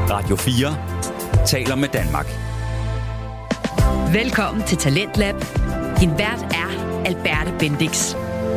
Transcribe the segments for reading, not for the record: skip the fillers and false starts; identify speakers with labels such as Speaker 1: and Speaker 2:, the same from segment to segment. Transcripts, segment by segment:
Speaker 1: Radio 4 taler med Danmark.
Speaker 2: Velkommen til Talentlab. Din vært er Alberte Bendix.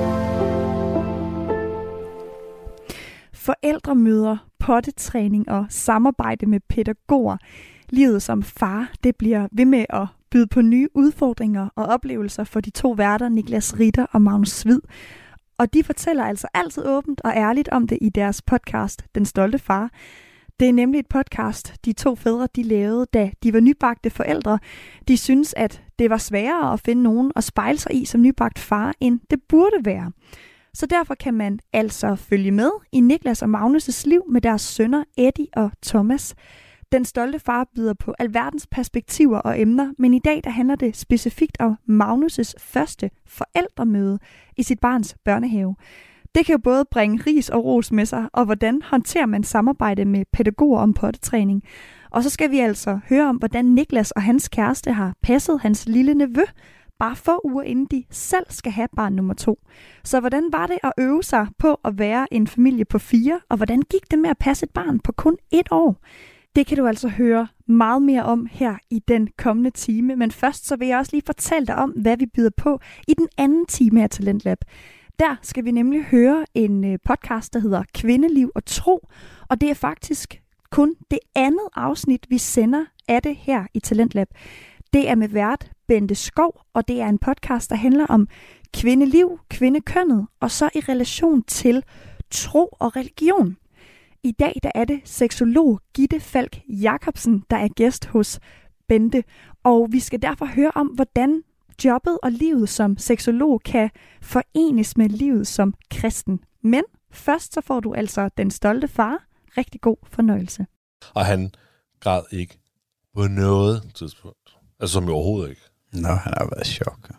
Speaker 3: Forældremøder, pottetræning og samarbejde med pædagoger. Livet som far, det bliver ved med at byde på nye udfordringer og oplevelser for de to værter, Niklas Ritter og Magnus Svid. Og de fortæller altså altid åbent og ærligt om det i deres podcast, Den Stolte Far. Det er nemlig et podcast, de to fædre de lavede, da de var nybagte forældre. De synes, at det var sværere at finde nogen at spejle sig i som nybagt far, end det burde være. Så derfor kan man altså følge med i Niklas og Magnus' liv med deres sønner Eddie og Thomas. Den Stolte Far byder på alverdens perspektiver og emner, men i dag der handler det specifikt om Magnus' første forældremøde i sit barns børnehave. Det kan jo både bringe ris og ros med sig, og hvordan håndterer man samarbejde med pædagoger om pottetræning. Og så skal vi altså høre om, hvordan Niklas og hans kæreste har passet hans lille nevø, bare få uger inden de selv skal have barn nummer 2. Så hvordan var det at øve sig på at være en familie på 4, og hvordan gik det med at passe et barn på kun 1 år? Det kan du altså høre meget mere om her i den kommende time, men først så vil jeg også lige fortælle dig om, hvad vi byder på i den anden time af Talentlab. Der skal vi nemlig høre en podcast, der hedder Kvindeliv og Tro, og det er faktisk kun det andet afsnit, vi sender af det her i Talentlab. Det er med vært Bente Skov, og det er en podcast, der handler om kvindeliv, kvindekønnet, og så i relation til tro og religion. I dag der er det seksolog Gitte Falk Jacobsen, der er gæst hos Bente, og vi skal derfor høre om, hvordan jobbet og livet som seksolog kan forenes med livet som kristen. Men først så får du altså Den Stolte Far. Rigtig god fornøjelse.
Speaker 4: Og han græd ikke på noget tidspunkt. Altså som i overhovedet ikke.
Speaker 5: Nå, han har været i chok.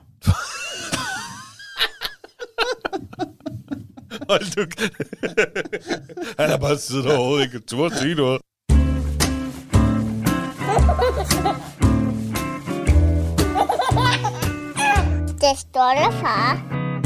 Speaker 4: Hold du. Han har bare siddet overhovedet ikke. Du må sige noget.
Speaker 6: Det Stolte Far.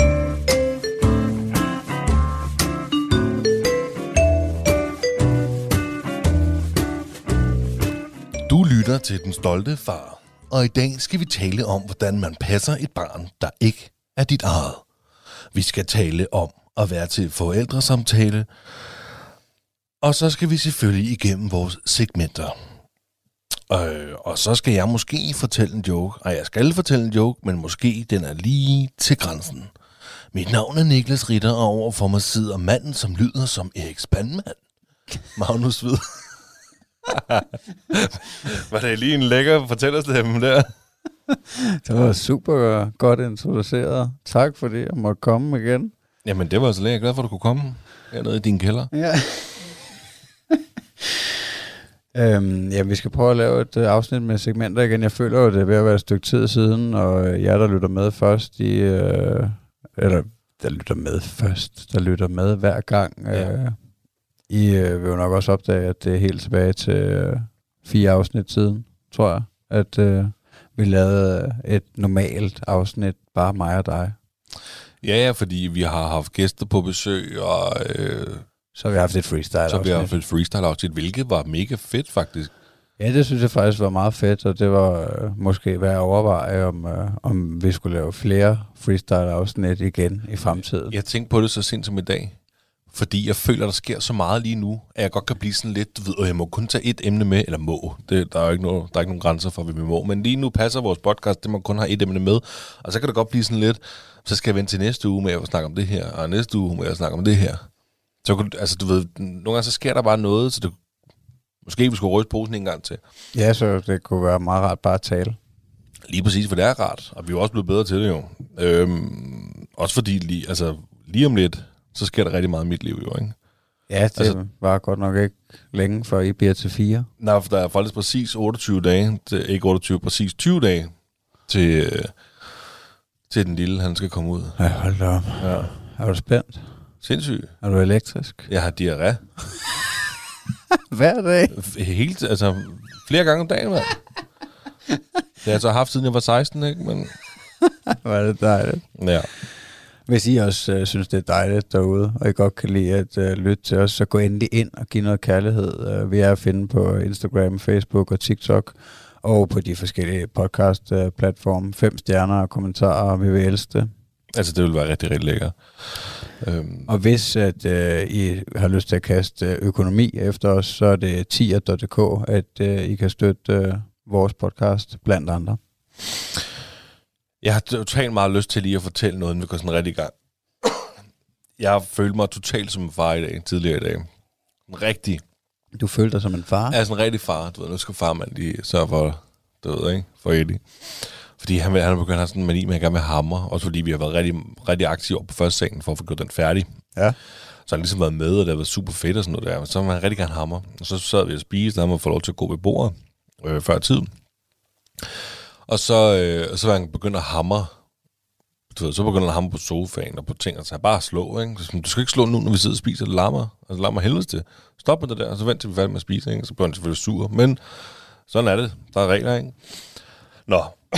Speaker 4: Du lytter til Den Stolte Far, og i dag skal vi tale om, hvordan man passer et barn, der ikke er dit eget. Vi skal tale om at være til forældresamtale, og så skal vi selvfølgelig igennem vores segmenter. Og så skal jeg måske fortælle en joke. Og jeg skal fortælle en joke, men måske den er lige til grænsen. Mit navn er Niklas Ritter, og overfor mig sidder manden, som lyder som Erik Spandmand. Magnus Svid. Var det lige en lækker fortællerstemme der?
Speaker 5: Det var super godt introduceret. Tak fordi jeg måtte komme igen.
Speaker 4: Jamen det var så lækkert. Glad for, at du kunne komme hernede i din kælder.
Speaker 5: Ja. Ja, vi skal prøve at lave et afsnit med segmenter igen. Jeg føler jo, det er ved at være et stykke tid siden, og jer, der lytter med først, der lytter med hver gang.
Speaker 4: Ja.
Speaker 5: I vil jo nok også opdage, at det er helt tilbage til 4 afsnit siden, tror jeg, at vi lavede et normalt afsnit, bare mig og dig.
Speaker 4: Ja, fordi vi har haft gæster på besøg, og
Speaker 5: så har vi haft et
Speaker 4: freestyle-afsnit. Hvilket var mega fedt, faktisk.
Speaker 5: Ja, det synes jeg faktisk var meget fedt, og det var måske værd at overveje, om vi skulle lave flere freestyle-afsnit igen i fremtiden.
Speaker 4: Jeg tænkte på det så sent som i dag, fordi jeg føler, der sker så meget lige nu, at jeg godt kan blive sådan lidt, og jeg må kun tage et emne med, eller må. Der er jo ikke nogen grænser for, hvad vi må. Men lige nu passer vores podcast, det må kun have et emne med, og så kan det godt blive sådan lidt, så skal jeg vente til næste uge med at snakke om det her, og næste uge med at snakke om det her. Så altså, du ved, nogle gange så sker der bare noget, så det, måske vi skulle ryste posen en gang til.
Speaker 5: Ja, så det kunne være meget rart bare at tale.
Speaker 4: Lige præcis, for det er rart, og vi er også blevet bedre til det jo. Også fordi, lige om lidt, så sker der rigtig meget i mit liv jo, ikke?
Speaker 5: Ja, det var godt nok ikke længe, før I bliver til 4.
Speaker 4: Nej, for der er faktisk præcis 28 dage, ikke 28, præcis 20 dage, til den lille, han skal komme ud.
Speaker 5: Ja, hold da op.
Speaker 4: Ja.
Speaker 5: Er du spændt?
Speaker 4: Sindssygt.
Speaker 5: Er du elektrisk?
Speaker 4: Jeg har diarré.
Speaker 5: Hver dag?
Speaker 4: Helt, flere gange om dagen, mand. Det har jeg så haft, siden jeg var 16, ikke? Men
Speaker 5: Var det dejligt.
Speaker 4: ja.
Speaker 5: Hvis I også synes, det er dejligt derude, og I godt kan lide at lytte til os, så gå endelig ind og giv noget kærlighed. Vi er at finde på Instagram, Facebook og TikTok, og på de forskellige podcast-platforme. 5 stjerner og kommentarer, og vi vil elske det.
Speaker 4: Altså, det vil være rigtig, rigtig lækkert.
Speaker 5: Og hvis at I har lyst til at kaste økonomi efter os, så er det tier.dk, at I kan støtte vores podcast blandt andre.
Speaker 4: Jeg har totalt meget lyst til lige at fortælle noget, inden vi går sådan rigtig i gang. Jeg har følt mig totalt som en far i dag, tidligere i dag. Rigtig.
Speaker 5: Du følte dig som en far?
Speaker 4: Jeg er sådan en rigtig far. Du ved, nu skal farmand lige sørge for, du ved, ikke? For Eddie. Fordi han har begyndt at have sådan en mani med at gerne med hammer. Også fordi vi har været rigtig, rigtig aktive op på første sengen for at få gjort den færdig.
Speaker 5: Ja.
Speaker 4: Så han ligesom været med, og det har været super fedt og sådan noget der. Men så vil han rigtig gerne hammer. Og så sad vi og spiste, og han få lov til at gå ved bordet før tid. Og så var han begyndt at hamre. Du ved, så begynder han at hamre på sofaen og på ting, og så bare slå, ikke? Så, du skal ikke slå nu, når vi sidder og spiser, det larmer. Altså, det larmer helvedes til. Stop med det der, og så vent til vi er færdige med at spise, ikke? Så bliver han selvfølgelig sur. Men sådan er det. Der er regler, ikke? Nå,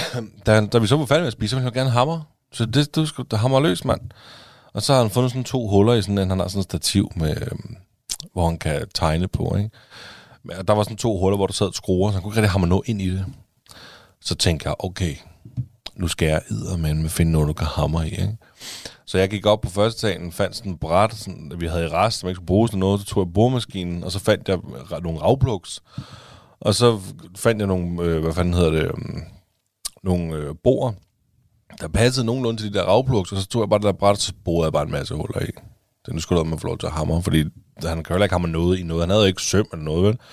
Speaker 4: da vi så var færdige med at spise, så ville han gerne hamre. Så du skal hamre løs, mand. Og så har han fundet sådan 2 huller i sådan en, han har sådan et stativ med, hvor han kan tegne på, ikke? Der var sådan 2 huller, hvor der sad skruer, så han kunne ikke rigtig hamre noget ind i det. Så tænkte jeg, okay, nu skal jeg eddermame finde noget, du kan hamre i, ikke? Så jeg gik op på første etagen, fandt sådan en bræt, sådan, vi havde i rest, som ikke skulle bruges til noget, så tog jeg boremaskinen, og så fandt jeg nogle ravplugs. Og så fandt jeg nogle, nogle bord, der passede nogenlunde til de der ravplugs, og så tog jeg bare det der bræt, og så borede jeg bare en masse huller i. Det nu skulle man få lov til at hamre, fordi han kan jo ikke hamre noget i noget. Han havde ikke søm eller noget, vel?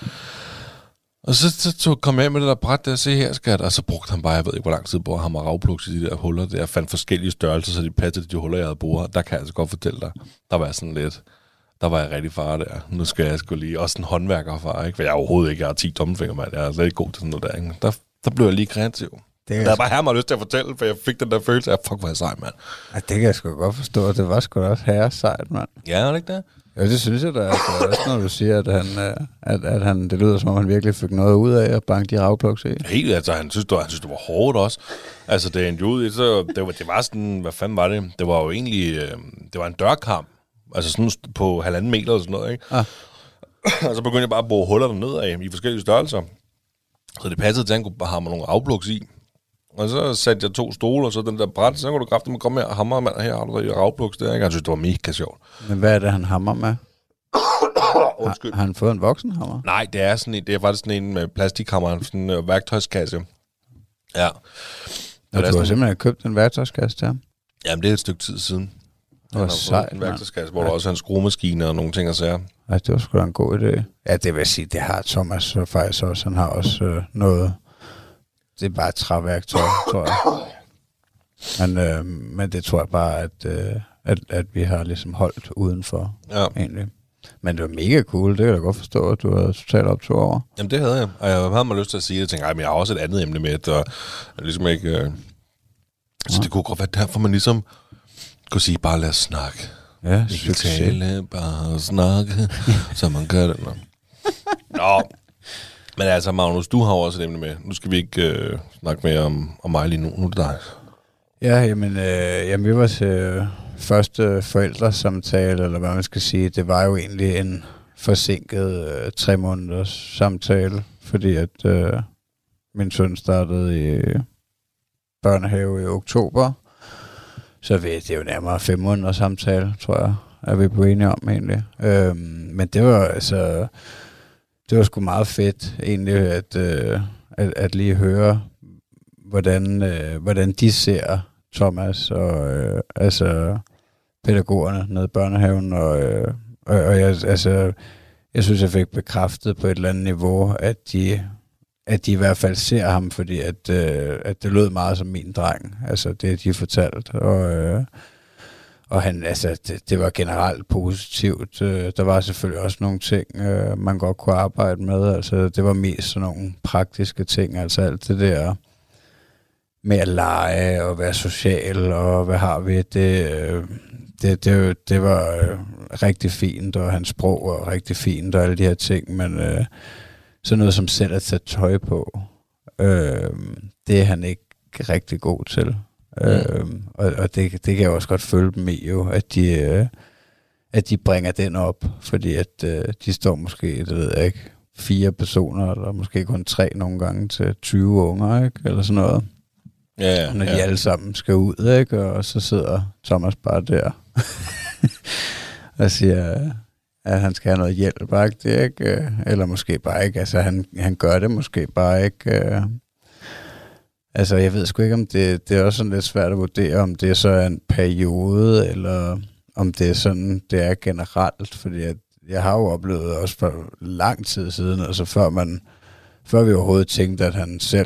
Speaker 4: Og så kom jeg med det der bræt der, se her, skat, og så brugte han bare, jeg ved ikke, hvor lang tid på at hamre ravplugs i de der huller. Jeg fandt forskellige størrelser, så de passede de huller, jeg havde boret. Der kan jeg altså godt fortælle dig, der var jeg sådan lidt, der var jeg rigtig far der. Nu skal jeg sgu lige, også en håndværkerfar, ikke? For jeg er overhovedet ikke, jeg har 10 tommelfingre, mand. Jeg er slet ikke god til sådan noget der, ikke? Der blev jeg lige kreativ. Jeg havde bare herre lyst til at fortælle, for jeg fik den der følelse af, fuck, hvor jeg sej, mand.
Speaker 5: Ja, det kan jeg sgu godt forstå, det var sgu da også herre sejt, mand.
Speaker 4: Ja, er det ikke det?
Speaker 5: Ja, det synes jeg da. Altså, også når du siger, at han, det lyder som om han virkelig fik noget ud af at banke de ravplugs i.
Speaker 4: Helt, altså han synes, det var hårdt også. Altså det endte ud i, så det var sådan, hvad fanden var det? Det var jo egentlig, det var en dørkarm, altså sådan på 1,5 meter og sådan noget, ikke? Ah. Og så begyndte jeg bare at bore huller derned af i forskellige størrelser. Så det passede til, at han kunne hamre nogle ravplugs i. Og så satte jeg 2 stole, og så den der bræt, så kunne du kraftigt komme her og hamre, mand, her har du der ravplugs der, ikke? Han synes, det var mega sjovt.
Speaker 5: Men hvad er det, han hamrer med?
Speaker 4: Undskyld.
Speaker 5: Har han fået en voksenhammer?
Speaker 4: Nej, det er faktisk sådan en med plastikhammer, sådan en værktøjskasse. Ja.
Speaker 5: Og du har simpelthen købt en værktøjskasse til ham?
Speaker 4: Jamen, det er et stykke tid siden.
Speaker 5: Det var sejt,
Speaker 4: en værktøjskasse, hvor der også er en skruemaskine og nogle ting og sager.
Speaker 5: Ja, det var sgu da en god idé. Ja, det vil sige, det har Thomas så faktisk også. Han har også noget. Det er bare et træværktøj, tror jeg. Men det tror jeg bare, at vi har ligesom holdt udenfor, egentlig. Men det var mega cool, det kan jeg da godt forstå, at du havde totalt optur over.
Speaker 4: Jamen det havde jeg, og jeg havde mig lyst til at sige det, og tænkte, men jeg har også et andet emne med, og ligesom ikke... Så det kunne godt være derfor, man ligesom kunne sige, bare lad os snakke.
Speaker 5: Ja,
Speaker 4: ikke tale, bare snakke, så man gør det. Nå. Men altså, Magnus, du har også et emne med. Nu skal vi ikke snakke mere om mig lige nu. Nu er det dig.
Speaker 5: Ja, jamen vi var til første forældresamtale, eller hvad man skal sige. Det var jo egentlig en forsinket 3 måneders samtale, fordi at min søn startede i børnehave i oktober. Så det er jo nærmere 5 måneders samtale, tror jeg, er vi blevet enige om egentlig. Men det var altså... Det var sgu meget fedt egentlig at lige høre, hvordan de ser Thomas og altså pædagogerne nede i børnehaven. Og jeg synes, jeg fik bekræftet på et eller andet niveau, at de i hvert fald ser ham, fordi at det lød meget som min dreng. Altså det, de fortalte. Og han, altså, det var generelt positivt. Der var selvfølgelig også nogle ting, man godt kunne arbejde med. Altså, det var mest sådan nogle praktiske ting. Altså alt det der med at lege og være social, og hvad har vi? Det var rigtig fint, og hans sprog var rigtig fint, og alle de her ting. Men sådan noget som selv at tage tøj på, det er han ikke rigtig god til. Og det kan jeg også godt følge dem i, jo, at de bringer den op, fordi at de står måske, det ved jeg ikke, 4 personer, eller måske kun 3 nogle gange til 20 unger, ikke? Eller sådan noget.
Speaker 4: Ja,
Speaker 5: når de alle sammen skal ud, ikke? Og så sidder Thomas bare der og siger, at han skal have noget hjælp, ikke? Eller måske bare ikke. Altså, han gør det måske bare ikke. Altså, jeg ved sgu ikke, om det er også sådan lidt svært at vurdere, om det er så en periode, eller om det er sådan, det er generelt. Fordi jeg har jo oplevet også for lang tid siden, altså før vi overhovedet tænkte, at han selv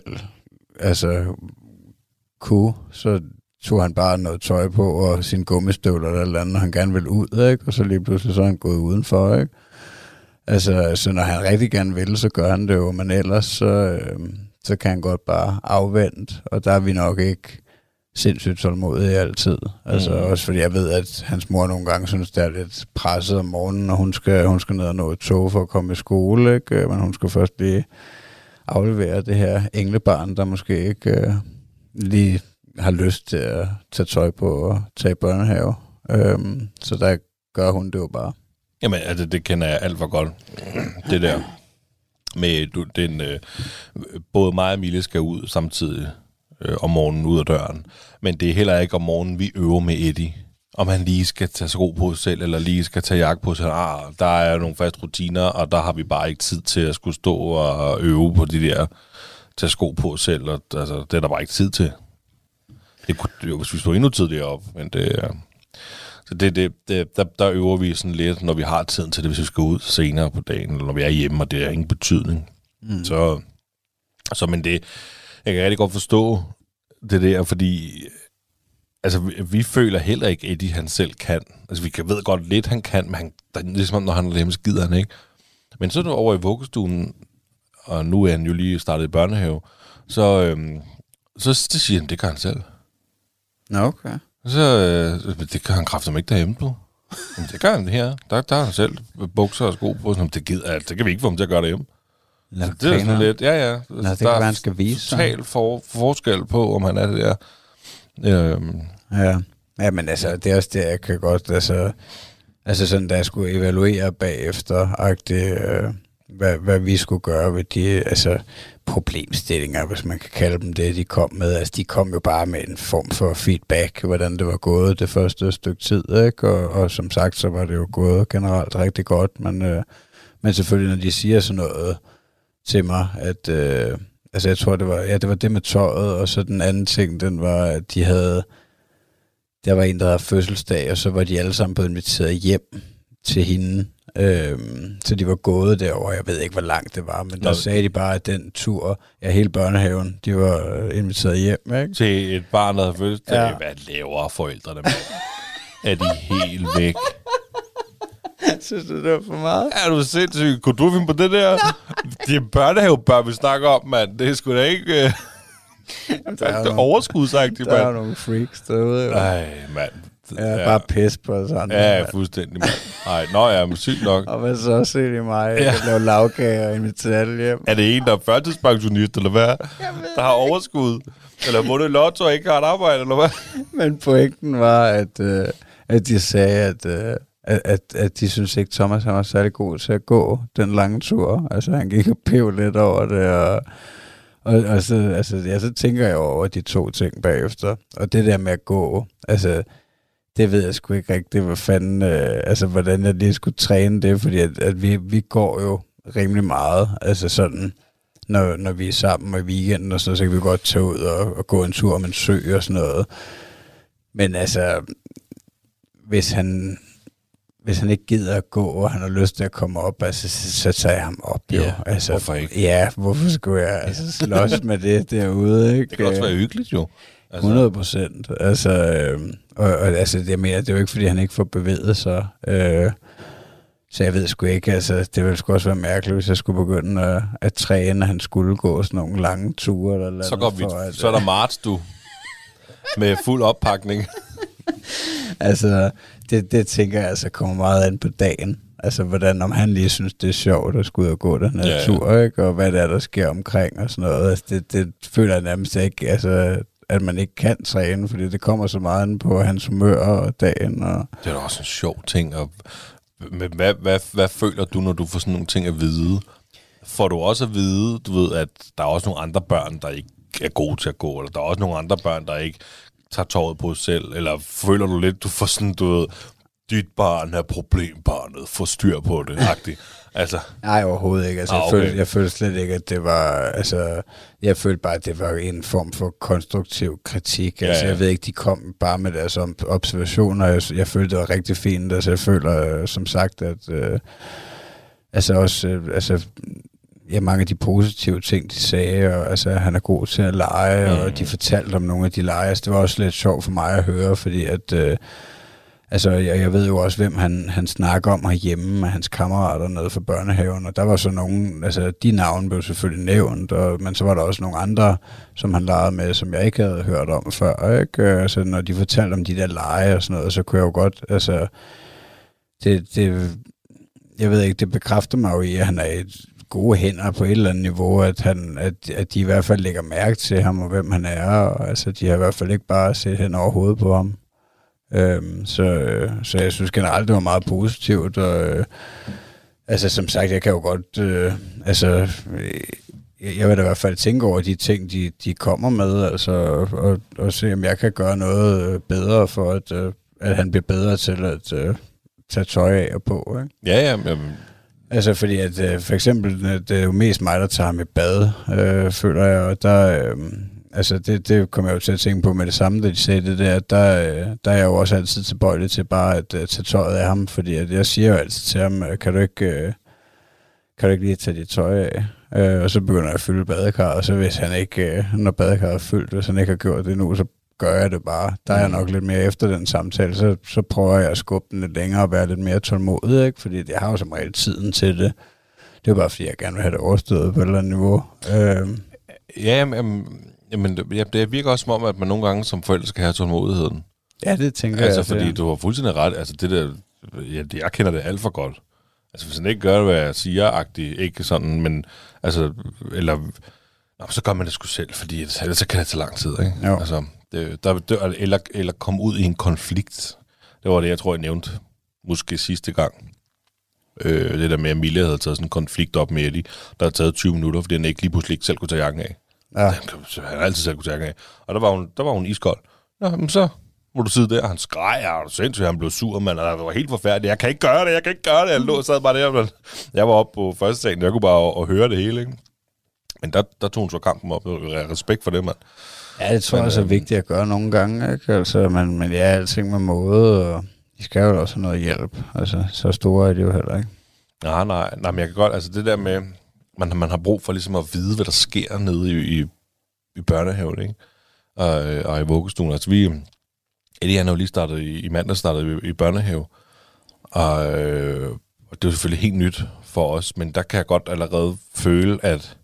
Speaker 5: kunne, så tog han bare noget tøj på og sine gummistøvler eller andet, og han gerne ville ud, ikke? Og så lige pludselig så er han gået udenfor, ikke? Altså, så når han rigtig gerne vil, så gør han det jo, men ellers så kan han godt bare afvente, og der er vi nok ikke sindssygt tålmodige altid. Altså også fordi jeg ved, at hans mor nogle gange synes, det er lidt presset om morgenen, og hun skal ned og nå et tog for at komme i skole, ikke? Men hun skal først lige aflevere det her englebarn, der måske ikke lige har lyst til at tage tøj på og tage børnehave. Så der gør hun det jo bare.
Speaker 4: Jamen, altså, det kender jeg alt for godt. Det der med, både mig og Emilie skal ud samtidig om morgenen ud af døren. Men det er heller ikke om morgenen, vi øver med Eddie. Om han lige skal tage sko på selv, eller lige skal tage jakke på sig. Der er nogle faste rutiner, og der har vi bare ikke tid til at skulle stå og øve på de der tage sko på selv. Og, altså, det er der bare ikke tid til. Det kunne jo, hvis vi stod endnu tidligere op, men så der øver vi sådan lidt, når vi har tiden til det, hvis vi skal ud senere på dagen, eller når vi er hjemme, og det har ingen betydning. Men det, jeg kan rigtig godt forstå det der, fordi altså, vi føler heller ikke, at Eddie han selv kan. Altså, vi ved godt lidt, han kan, men ligesom når han er hjemme, skider han ikke. Men så er du over i vuggestuen, og nu er han jo lige startet i børnehave, så siger han, det kan han selv.
Speaker 5: Nå, okay.
Speaker 4: Så det kan han kraftedeme ikke derhjemme på. Men det gør han her. Der har han selv bukser og sko på. Det kan vi ikke få ham til at gøre derhjemme. Så det er sådan lidt, ja.
Speaker 5: Nå, det kan være, han skal vise sig.
Speaker 4: Total forskel på, om han er det der.
Speaker 5: Ja, men altså, det er også det, jeg kan godt, altså sådan, da jeg skulle evaluere bagefter, hvad vi skulle gøre ved de problemstillinger, hvis man kan kalde dem det, de kom med. Altså, de kom jo bare med en form for feedback, hvordan det var gået det første stykke tid, ikke? Og som sagt, så var det jo gået generelt rigtig godt, men selvfølgelig, når de siger sådan noget til mig, at jeg tror, det var det med tøjet, og så den anden ting, den var, at der var en, der havde fødselsdag, og så var de alle sammen blevet inviteret hjem til hende. Så de var gået derover. Jeg ved ikke, hvor langt det var, men der sagde de bare, at den tur, hele børnehaven, de var inviteret hjem, ikke?
Speaker 4: Til et barn, der havde fødselsdag. Ja. Hvad laver forældrene med? Er de helt væk?
Speaker 5: Synes du, det var for meget?
Speaker 4: Er du sindssygt? Kunne du finde på det der? Det er børnehavebørn, vi snakker om, mand. Det er sgu da ikke... det er overskudsagtigt, mand.
Speaker 5: Der er nogle freaks derude, jo.
Speaker 4: Nej, mand.
Speaker 5: Ja, bare pis på sådan.
Speaker 4: Ja, fuldstændig, mand. Men sygt nok.
Speaker 5: Og hvad så ser de mig? Jeg laver lavkager og inviterer alle hjem.
Speaker 4: Er det en, der er førtidspensionist, eller hvad? Der har overskud? Eller må det lotto og ikke har et arbejde, eller hvad?
Speaker 5: Men pointen var, at de sagde, at de synes ikke, Thomas han var særlig god til at gå den lange tur. Altså, han gik og pev lidt over det, og så tænker jeg over de 2 ting bagefter. Og det der med at gå, altså, det ved jeg sgu ikke rigtigt, hvad fanden, hvordan jeg lige skulle træne det, fordi at vi går jo rimelig meget, altså sådan, når vi er sammen og i weekenden og sådan noget, så kan vi godt tage ud og gå en tur om en sø og sådan noget. Men altså, hvis han ikke gider at gå, og han har lyst til at komme op, altså, så tager jeg ham op, jo. Altså,
Speaker 4: hvorfor ikke?
Speaker 5: Ja, hvorfor skulle jeg slås med det derude, ikke?
Speaker 4: Det kan også være hyggeligt, jo.
Speaker 5: 100%. Altså, altså, jeg mener, det er jo ikke, fordi han ikke får bevæget sig. Så jeg ved sgu ikke, altså, det ville sgu også være mærkeligt, hvis jeg skulle begynde at træne, at han skulle gå sådan nogle lange ture. Eller
Speaker 4: så er der marts, du. Med fuld oppakning.
Speaker 5: Altså, det tænker jeg altså kommer meget an på dagen. Altså, om han lige synes, det er sjovt at skulle ud og gå den her tur, ikke? Og hvad det er, der sker omkring og sådan noget. Altså, det føler jeg nærmest ikke, altså, at man ikke kan træne, fordi det kommer så meget på hans humør og dagen. Og
Speaker 4: det er da også en sjov ting. Men hvad føler du, når du får sådan nogle ting at vide? Får du også at vide, du ved, at der er også nogle andre børn, der ikke er gode til at gå, eller der er også nogle andre børn, der ikke tager tåret på sig selv, eller føler du lidt, du får sådan, du ved, dit barn er problembarnet, få styr på det, agtigt. Altså.
Speaker 5: Nej, overhovedet ikke. Altså, jeg følte slet ikke, at det var... Altså, jeg følte bare, at det var en form for konstruktiv kritik. Altså, jeg ved ikke, de kom bare med deres observationer. Jeg følte, det var rigtig fint. Altså, jeg føler, som sagt, at... mange af de positive ting, de sagde, og altså, han er god til at lege, og de fortalte om nogle af de lege. Altså, det var også lidt sjovt for mig at høre, fordi at... jeg ved jo også, hvem han snakker om herhjemme med hans kammerater nede for børnehaven, og der var så nogen, altså de navne blev selvfølgelig nævnt, men så var der også nogle andre, som han legede med, som jeg ikke havde hørt om før, ikke? Altså når de fortalte om de der lege og sådan noget, så kunne jeg jo godt, altså, jeg ved ikke, det bekræfter mig jo i, at han er et gode hænder på et eller andet niveau, at de i hvert fald lægger mærke til ham, og hvem han er, og altså de har i hvert fald ikke bare set hen over hovedet på ham. Så jeg synes generelt, det var meget positivt, og altså som sagt, jeg kan jo godt, jeg vil da i hvert fald tænke over de ting, de kommer med, altså, og se, om jeg kan gøre noget bedre for, at han bliver bedre til at tage tøj af og på, ikke?
Speaker 4: Ja.
Speaker 5: Altså fordi at for eksempel, det er jo mest mig, der tager ham i bad, føler jeg, og der... Altså, det kommer jeg jo til at tænke på med det samme, da de sagde det der. Der er jeg jo også altid tilbøjelig til bare at tage tøjet af ham, fordi at jeg siger jo altid til ham, kan du ikke lige tage dit tøj af? Og så begynder jeg at fylde badekarret, og så hvis han ikke, når badekarret er fyldt, hvis han ikke har gjort det nu, så gør jeg det bare. Der er jeg nok lidt mere efter den samtale, så prøver jeg at skubbe den lidt længere og være lidt mere tålmodig, ikke? Fordi jeg har jo som regel tiden til det. Det er bare fordi, jeg gerne vil have det overstået på et eller andet niveau.
Speaker 4: Jamen, det virker også som om, at man nogle gange som forældre skal have tålmodigheden.
Speaker 5: Ja, det tænker jeg.
Speaker 4: Altså, fordi du har fuldstændig ret. Altså, det der... Jeg kender det alt for godt. Altså, hvis han ikke gør det, hvad jeg siger-agtigt, ikke sådan, men... Altså, eller... så gør man det sgu selv, fordi ellers kan det tage lang tid, ikke?
Speaker 5: Jo.
Speaker 4: Altså, eller komme ud i en konflikt. Det var det, jeg tror, jeg nævnte måske sidste gang. Det der med, at Mille havde taget sådan en konflikt op med Eddie, der havde taget 20 minutter, fordi han ikke lige pludselig ikke selv kunne tage jakken af. Ja. Han har altid selv kunne tage jakken af. Og der var hun iskold. Nå, men så må du sidde der, og han skreg, og sindssygt, han blev sur, mand, og det var helt forfærdeligt. Jeg kan ikke gøre det. Jeg lå og sad bare der, men jeg var oppe på første salen, jeg kunne bare høre det hele, ikke? Men der tog hun så kampen op, og respekt for det, mand. Ja,
Speaker 5: det tror jeg også er vigtigt at gøre nogle gange, ikke? Altså, men ja, alting med måde, og de skal jo også have noget hjælp. Altså, så store er det jo heller ikke.
Speaker 4: Nej, men jeg kan godt, altså det der med, man har brug for ligesom at vide, hvad der sker nede i børnehaven, ikke? Og i vuggestuen. Altså Eddie han er jo lige startet i mandag startet i børnehave, og det er jo selvfølgelig helt nyt for os, men der kan jeg godt allerede føle,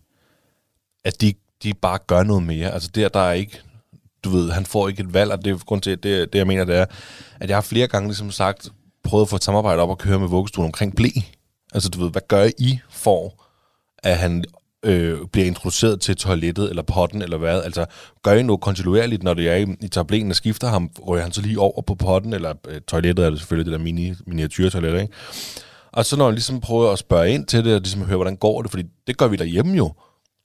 Speaker 4: at de bare gør noget mere. Altså der er ikke, du ved, han får ikke et valg, og det er grund til, det jeg mener, det er, at jeg har flere gange ligesom sagt, prøvet at få et samarbejde op og køre med vuggestuen omkring ble. Altså du ved, hvad gør I for, at han bliver introduceret til toilettet, eller potten, eller hvad? Altså, gør I noget kontinuerligt, når det er, I tager blæen og skifter ham, rører han så lige over på potten, eller toilettet er det selvfølgelig det der miniatyrtoilet, ikke? Og så når han ligesom prøver at spørge ind til det, og ligesom høre, hvordan går det, fordi det gør vi derhjemme jo.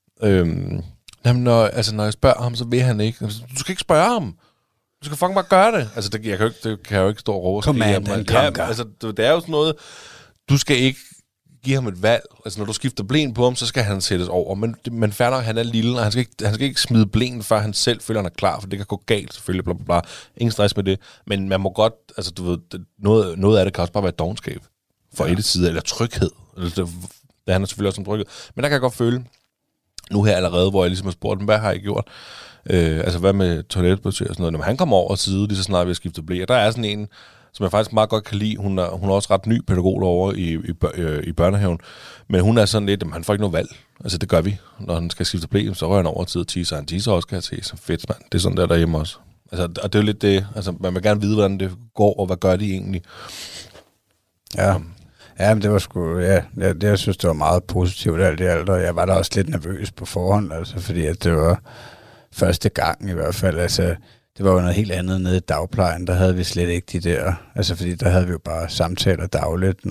Speaker 4: Jamen, når jeg spørger ham, så vil han ikke. Du skal ikke spørge ham. Du skal fucking bare gøre det. Altså, det kan jeg jo ikke stå og råbe. Altså, det er jo sådan noget, du skal ikke give ham et valg. Altså, når du skifter blæen på ham, så skal han sættes over. Men fair nok, han er lille, og han skal ikke smide blæen, før han selv føler, han er klar, for det kan gå galt, selvfølgelig, bla, bla, bla. Ingen stress med det. Men man må godt, altså, du ved, noget af det kan også bare være dovenskab for et side, eller tryghed. Det handler selvfølgelig også om tryghed. Men der kan jeg godt føle, nu her allerede, hvor jeg ligesom har spurgt dem, hvad har I gjort? Altså, hvad med toiletbesøg og sådan noget? Når han kommer over side, lige så snart vi har skiftet blæ. Der er sådan en, som jeg faktisk meget godt kan lide. Hun er også ret ny pædagog derovre i børnehaven. Men hun er sådan lidt, han får ikke noget valg. Altså, det gør vi. Når han skal skifte blæ, så rører han over tid og teaser. Han teaser også, kan jeg se. Så fedt, mand. Det er sådan der derhjemme også. Altså, og det er jo lidt det. Altså, man vil gerne vide, hvordan det går, og hvad gør de egentlig.
Speaker 5: Ja. Ja, men det var sgu, jeg synes, det var meget positivt alt i alt, og jeg var da også lidt nervøs på forhånd, altså, fordi at det var, første gang i hvert fald. Altså, det var jo noget helt andet nede i dagplejen. Der havde vi slet ikke de der... Altså, fordi der havde vi jo bare samtaler dagligt,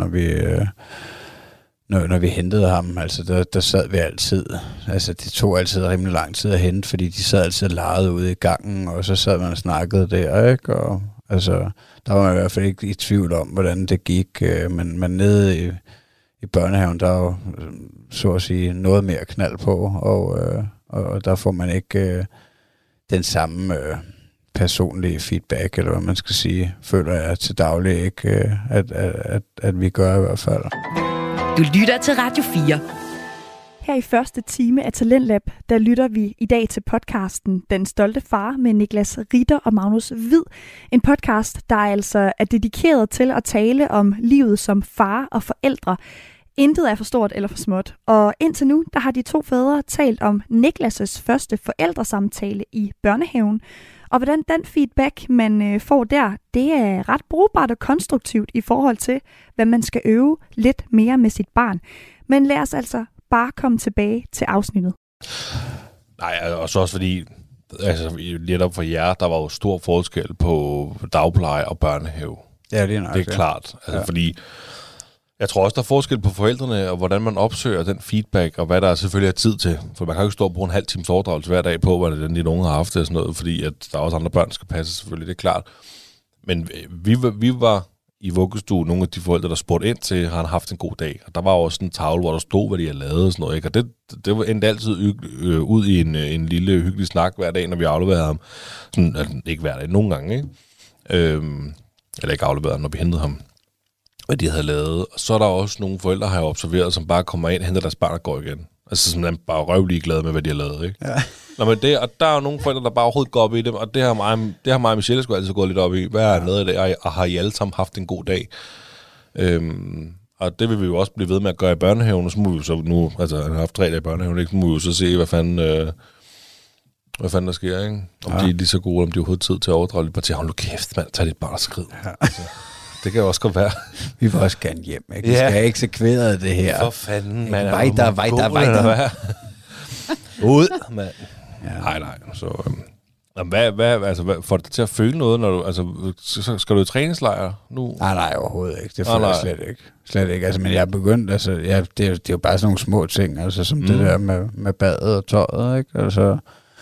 Speaker 5: når vi hentede ham. Altså, der sad vi altid. Altså, det tog altid rimelig lang tid at hente, fordi de sad altid lejet ude i gangen, og så sad man og snakkede der, ikke? Og altså, der var man i hvert fald ikke i tvivl om, hvordan det gik. Men nede i børnehaven, der er jo, så at sige, noget mere knald på, og der får man ikke den samme personlige feedback, eller hvad man skal sige, føler jeg til daglig ikke, at vi gør i hvert fald.
Speaker 2: Du lytter til Radio 4.
Speaker 3: Her i første time af Talentlab, der lytter vi i dag til podcasten Den Stolte Far med Niklas Ritter og Magnus Hvid. En podcast, der altså er dedikeret til at tale om livet som far og forældre. Intet er for stort eller for småt. Og indtil nu, der har de to fædre talt om Niklas' første forældresamtale i børnehaven. Og hvordan den feedback, man får der, det er ret brugbart og konstruktivt i forhold til, hvad man skal øve lidt mere med sit barn. Men lad os altså bare komme tilbage til afsnittet.
Speaker 4: Nej, og så også fordi, altså lidt op for jer, der var jo stor forskel på dagpleje og børnehave.
Speaker 5: Ja, det er nok.
Speaker 4: Det er klart, altså, fordi jeg tror også, der er forskel på forældrene, og hvordan man opsøger den feedback, og hvad der selvfølgelig er tid til. For man kan jo ikke stå og bruge en halv times overdragelse hver dag på, hvordan de unge har haft det og sådan noget, fordi at der er også andre børn, der skal passe selvfølgelig, det er klart. Men vi var i vuggestue nogle af de forældre, der spurgte ind til, har han haft en god dag? Og der var også en tavle, hvor der stod, hvad de havde lavet og sådan noget, ikke? Og det endte altid ud i en lille hyggelig snak hver dag, når vi afleverede ham. Sådan, altså, ikke hver dag, nogle gange, ikke? Eller ikke afleverede ham, når vi hentede ham. Hvad de havde lavet. Og så er der også nogle forældre, har jeg observeret, som bare kommer ind, henter deres barn og går igen. Altså sådan bare røvlig glade med, hvad de har lavet, ikke? Ja. Nå, men og der er jo nogle forældre, der bare overhovedet går op i dem, og det har mig og Michelle sgu altid gået lidt op i. Hvad er noget af det, og har I alle sammen haft en god dag? Og det vil vi jo også blive ved med at gøre i børnehaven, og så må vi jo så nu, altså han har haft 3 dage i børnehaven, ikke? Så må vi jo så se, hvad fanden der sker, ikke? Om de er lige så gode, om de overhovedet tid til at overdrage lidt. Bare til, hold nu kæft, mand, tag dit barn og skrid. Ja. Altså. Det kan jo også godt være. Vi vil også gerne hjem, ikke? Vi skal have eksekveret det her. For fanden, mand. Vejder. Ud, mand. Ja. Nej. Så, hvad får det til at føle noget, når du, altså, så skal du i træningslejr nu? Nej, overhovedet ikke. Det føler jeg slet ikke. Altså, men jeg er begyndt, altså, det er jo bare sådan nogle små ting, altså, som det der med badet og tøjet, ikke? Altså,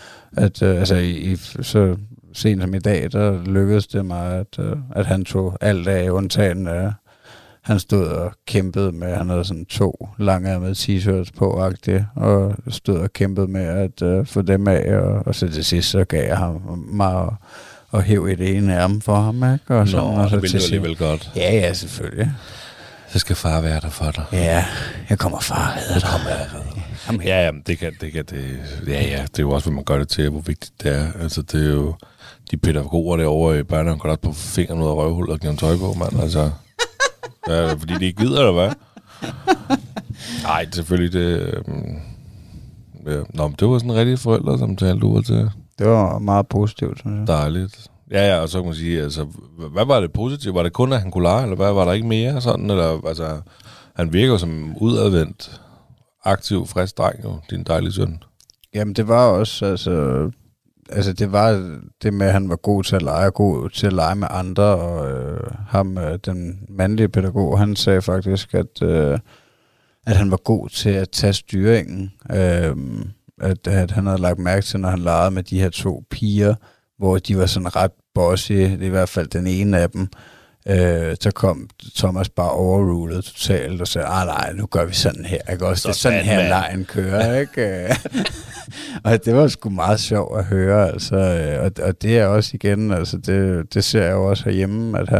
Speaker 4: så sent som i dag, der lykkedes det mig, at han tog alt af, undtagen han stod og kæmpede med, han havde sådan 2 langærmede t-shirts på, og stod og kæmpede med at få dem af, og så til sidst, så gav jeg ham mig og hæv et ene ærme for ham, ikke? Og sådan, og så det ville alligevel godt. Ja, selvfølgelig. Så skal far være der for dig. Ja, jeg kommer far redder dig. Ja, det kan det. Ja, det er jo også, hvad man gør det til, hvor vigtigt det er. Altså, det er jo de pædagoger derovre i børnehaven går op på fingeren ud af røvhullet og giver en tøj på, mand. Altså, ja, fordi de ikke gider, eller hvad? Nej, selvfølgelig det. Ja. Nå, men det var sådan en rigtig forældresamtale, du var til. Det var meget positivt, synes jeg. Dejligt. Ja, og så kan man sige, altså, hvad var det positivt? Var det kun, at han kunne lege, eller hvad? Var der ikke mere sådan? Eller, altså, han virker som udadvendt, aktiv, frisk dreng, jo, din dejlige søn. Jamen, det var også, altså det var det med, at han var god til at lege, god til at lege med andre, og ham, den mandlige pædagog, han sagde faktisk, at han var god til at tage styringen. At han havde lagt mærke til, når han legede med de her 2 piger, hvor de var sådan ret bossy, det er i hvert fald den ene af dem. Så kom Thomas bare overrulet totalt og sagde, nej, nu gør vi sådan her, ikke? Også så det er sådan her lejen kører, ikke? Og det var sgu meget sjovt at høre, altså, og det er også igen, altså det ser jeg jo også herhjemme, at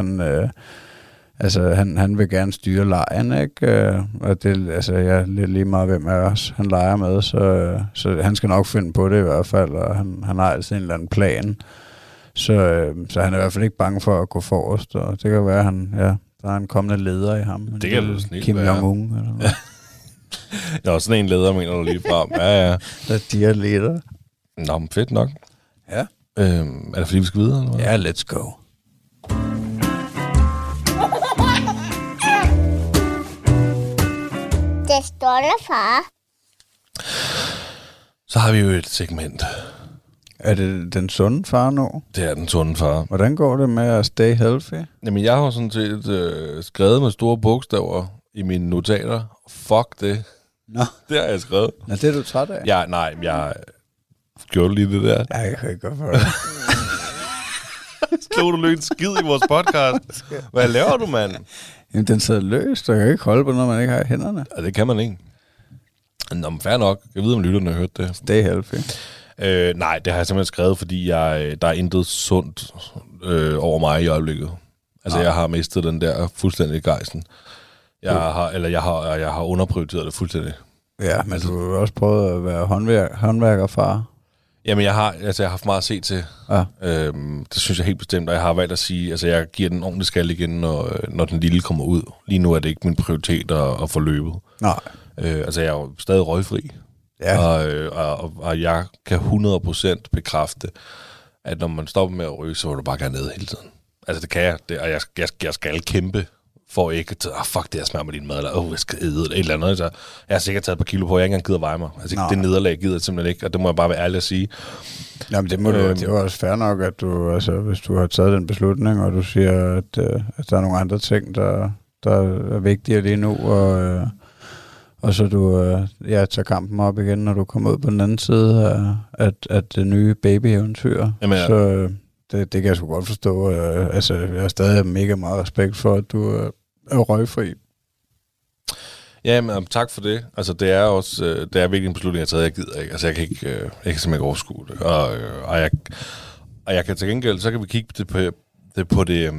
Speaker 4: han vil gerne styre lejen, ikke? Og det, altså, jeg er lidt lige meget, hvem af os han leger med, så han skal nok finde på det i hvert fald, og han har altid en eller anden plan. Så han er i hvert fald ikke bange for at gå forrest, og det kan være, der er en kommende leder i ham. Det kan du snilt Kim Jong-un, eller hvad? Der er sådan en leder, mener du lige frem. Ja. De er leder. Nå, men fedt nok. Ja. Er det fordi, vi skal videre, eller hvad? Ja, let's go.
Speaker 6: Det stolte far.
Speaker 4: Så har vi jo et segment.
Speaker 5: Er det den sunde far nu?
Speaker 4: Det er den sunde far.
Speaker 5: Hvordan går det med at stay healthy?
Speaker 4: Jamen, jeg har sådan set skrevet med store bogstaver i mine notater. Fuck det.
Speaker 5: Nå.
Speaker 4: Det har jeg skrevet.
Speaker 5: Nå, det er du træt af?
Speaker 4: Ja, nej, jeg gjorde lige det der.
Speaker 5: Ja, jeg kan ikke godt for det.
Speaker 4: Slog du løs skid i vores podcast? Hvad laver du, mand?
Speaker 5: Jamen, den sidder løst, og jeg kan ikke holde på, når man ikke har hænderne.
Speaker 4: Ja, det kan man ikke. Nå, men fair nok. Jeg ved, om lytterne har hørt det.
Speaker 5: Stay healthy.
Speaker 4: Nej, det har jeg simpelthen skrevet, fordi der er intet sundt over mig i øjeblikket. Altså, jeg har mistet den der fuldstændig gejsten. Jeg har underprioriteret det fuldstændig.
Speaker 5: Ja, men du har også prøvet at være håndværkerfar.
Speaker 4: Jamen, jeg har haft meget at se til.
Speaker 5: Ja.
Speaker 4: Det synes jeg helt bestemt, og jeg har valgt at sige, altså jeg giver den ordentligt skal igen, når den lille kommer ud. Lige nu er det ikke min prioritet at få løbet.
Speaker 5: Nej.
Speaker 4: Altså, jeg er jo stadig røgfri. Ja. Og jeg kan 100% bekræfte, at når man stopper med at ryge, så vil du bare gerne ned hele tiden. Altså, det kan jeg. Og jeg skal kæmpe for ikke at fuck det, jeg smager med din mad, eller jeg skal æde et eller andet. Så jeg har sikkert taget et par kilo på, jeg ikke engang gider veje mig. Altså, det nederlag gider jeg simpelthen ikke, og det må jeg bare være ærlig at sige.
Speaker 5: Jamen, det er jo også fair nok, at du, altså, hvis du har taget den beslutning, og du siger, at der er nogle andre ting, der er vigtigere lige nu, og så du tager kampen op igen, når du kommer ud på den anden side af det nye babyeventyr. Jamen, ja. Så det kan jeg sgu godt forstå. Altså, jeg har stadig mega meget respekt for, at du er røgfri.
Speaker 4: Ja, men tak for det. Altså, det er også det er virkelig en beslutning, jeg har taget. Jeg gider ikke. Altså, jeg kan simpelthen ikke overskue det. Og jeg kan til gengæld, så kan vi kigge på det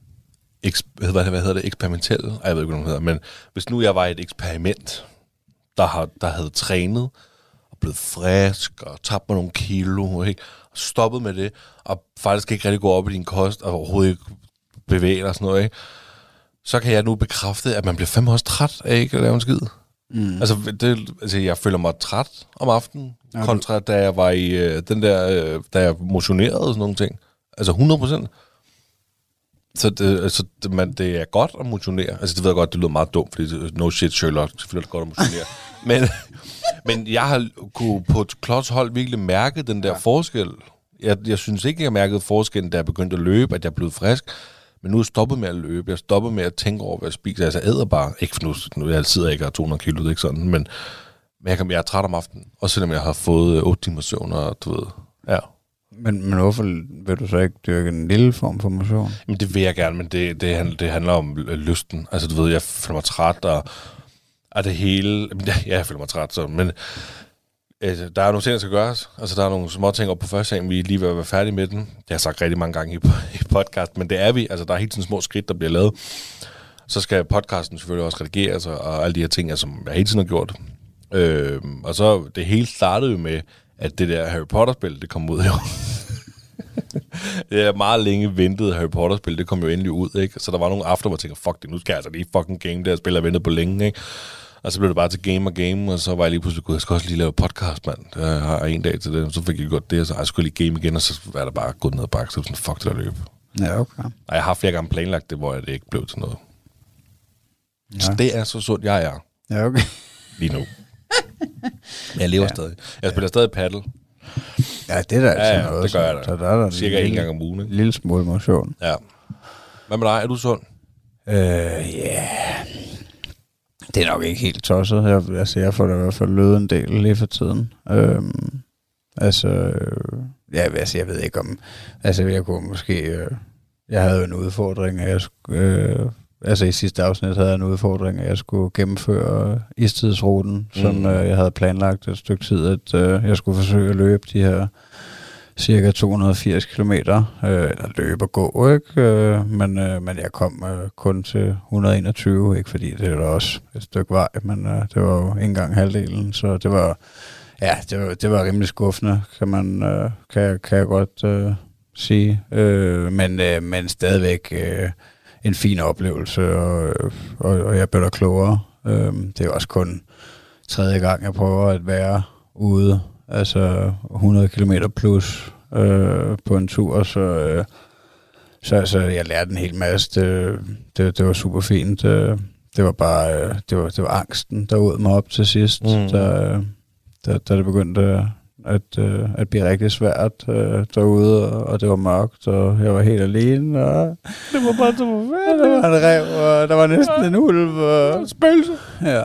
Speaker 4: hvad hedder det, eksperimentelle? Jeg ved ikke, hvad det hedder. Men hvis nu jeg var et eksperiment, der havde trænet og blevet frisk og tabt mig nogle kilo, ikke? Og stoppet med det, og faktisk ikke rigtig gå op i din kost, og overhovedet ikke bevæge og sådan noget, ikke? Så kan jeg nu bekræfte, at man bliver fandme også træt af ikke at lave en skid. Mm. Altså, jeg føler mig træt om aftenen, kontra da jeg var i da jeg motionerede og sådan nogle ting. Altså 100%. Så det er godt at motionere. Altså, det ved jeg godt, det lyder meget dumt, fordi no shit, Sherlock, selvfølgelig er det godt at motionere. men jeg har kunne på et klodshold virkelig mærke den der forskel. Jeg synes ikke, jeg mærkede forskellen, da jeg begyndte at løbe, at jeg blev frisk. Men nu er jeg stoppet med at løbe. Jeg stoppet med at tænke over, hvad jeg spiser. Altså, jeg æder bare. Ikke for nu jeg sidder ikke og har 200 kilo, det er ikke sådan. Men jeg er træt om aftenen. Også selvom jeg har fået 8 timer søvn, og du ved, ja.
Speaker 5: Men hvorfor vil du så ikke dyrke en lille form for motion?
Speaker 4: Jamen, det vil jeg gerne, men det handler om lysten. Altså, du ved, jeg føler mig træt, og det hele... Ja, jeg føler mig træt, så, men der er nogle ting, der skal gøres. Altså, der er nogle små ting op på første sagen, vi er lige ved at være færdige med den. Det har jeg sagt rigtig mange gange i podcast, men det er vi. Altså, der er helt sådan små skridt, der bliver lavet. Så skal podcasten selvfølgelig også redigeres, og alle de her ting, som jeg hele tiden har gjort. Og så det hele startede jo med, at det der Harry Potter-spil, det kom ud jo. Det er meget længe ventet Harry Potter-spil, det kom jo endelig ud, ikke? Så der var nogle aftener, hvor jeg tænkte, fuck det, nu skal jeg altså lige fucking game der, spil jeg ventet på længe, ikke? Og så blev det bare til game, og så var jeg lige pludselig, jeg skal også lige lave podcast, mand. Jeg har en dag til det, og så fik jeg gjort det, og så jeg skulle lige game igen, og så var der bare gået ned og bakke, så sådan, fuck det der løb.
Speaker 5: Ja, okay.
Speaker 4: Og jeg har flere gange planlagt det, hvor det ikke blev til noget. Ja. Så det er så sundt, jeg er.
Speaker 5: Ja, okay.
Speaker 4: Lige nu. Men jeg lever stadig. Jeg spiller stadig paddle.
Speaker 5: Ja, det er da altid noget.
Speaker 4: Det gør jeg da.
Speaker 5: Så der er der
Speaker 4: cirka en gang om ugen.
Speaker 5: En lille smule motion.
Speaker 4: Ja. Hvad med dig? Er du sund?
Speaker 5: Ja. Det er nok ikke helt tosset. Jeg får da i hvert fald løbet en del lige for tiden. Jeg ved ikke om... Altså, jeg kunne måske... jeg havde jo en udfordring, at jeg skulle... i sidste afsnit havde jeg en udfordring, at jeg skulle gennemføre istidsruten, som jeg havde planlagt et stykke tid, at jeg skulle forsøge at løbe de her cirka 280 kilometer, eller løbe og gå, ikke? Men jeg kom kun til 121, ikke fordi det var også et stykke vej, men det var jo ikke engang halvdelen, så det var, det var rimelig skuffende, kan jeg godt sige, men stadigvæk en fin oplevelse, og jeg blev der klogere. Det er jo også kun 3. gang, jeg prøver at være ude, altså 100 kilometer plus på en tur, så jeg lærte en hel masse. Det var super fint. Det var bare det var angsten, der åd mig op til sidst, da det begyndte at blive rigtig svært derude, og det var mørkt, og jeg var helt alene, og
Speaker 4: Det var bare så forfærdeligt.
Speaker 5: der var en rev, og der var næsten en ulv, og
Speaker 4: Spøgelse.
Speaker 5: ja.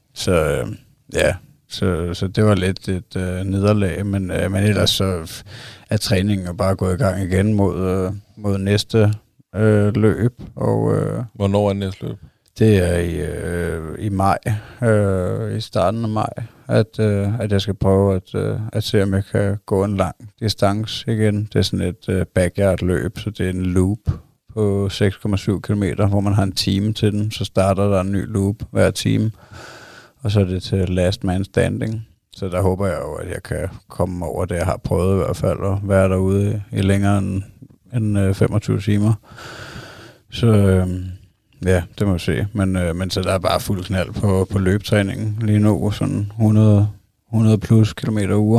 Speaker 5: Så det var lidt et nederlag, men ellers så er træningen bare gået i gang igen mod næste løb, og
Speaker 4: Hvornår er næste løb?
Speaker 5: det er i maj, i starten af maj, at jeg skal prøve at se, om jeg kan gå en lang distance igen. Det er sådan et backyard-løb, så det er en loop på 6,7 kilometer, hvor man har en time til den. Så starter der en ny loop hver time, og så er det til last man standing. Så der håber jeg jo, at jeg kan komme over det, jeg har prøvet i hvert fald, og være derude i længere end 25 timer. Så ja, det må vi se. Men så der er bare fuld knald på løbetræningen lige nu, sådan 100 plus kilometer uger.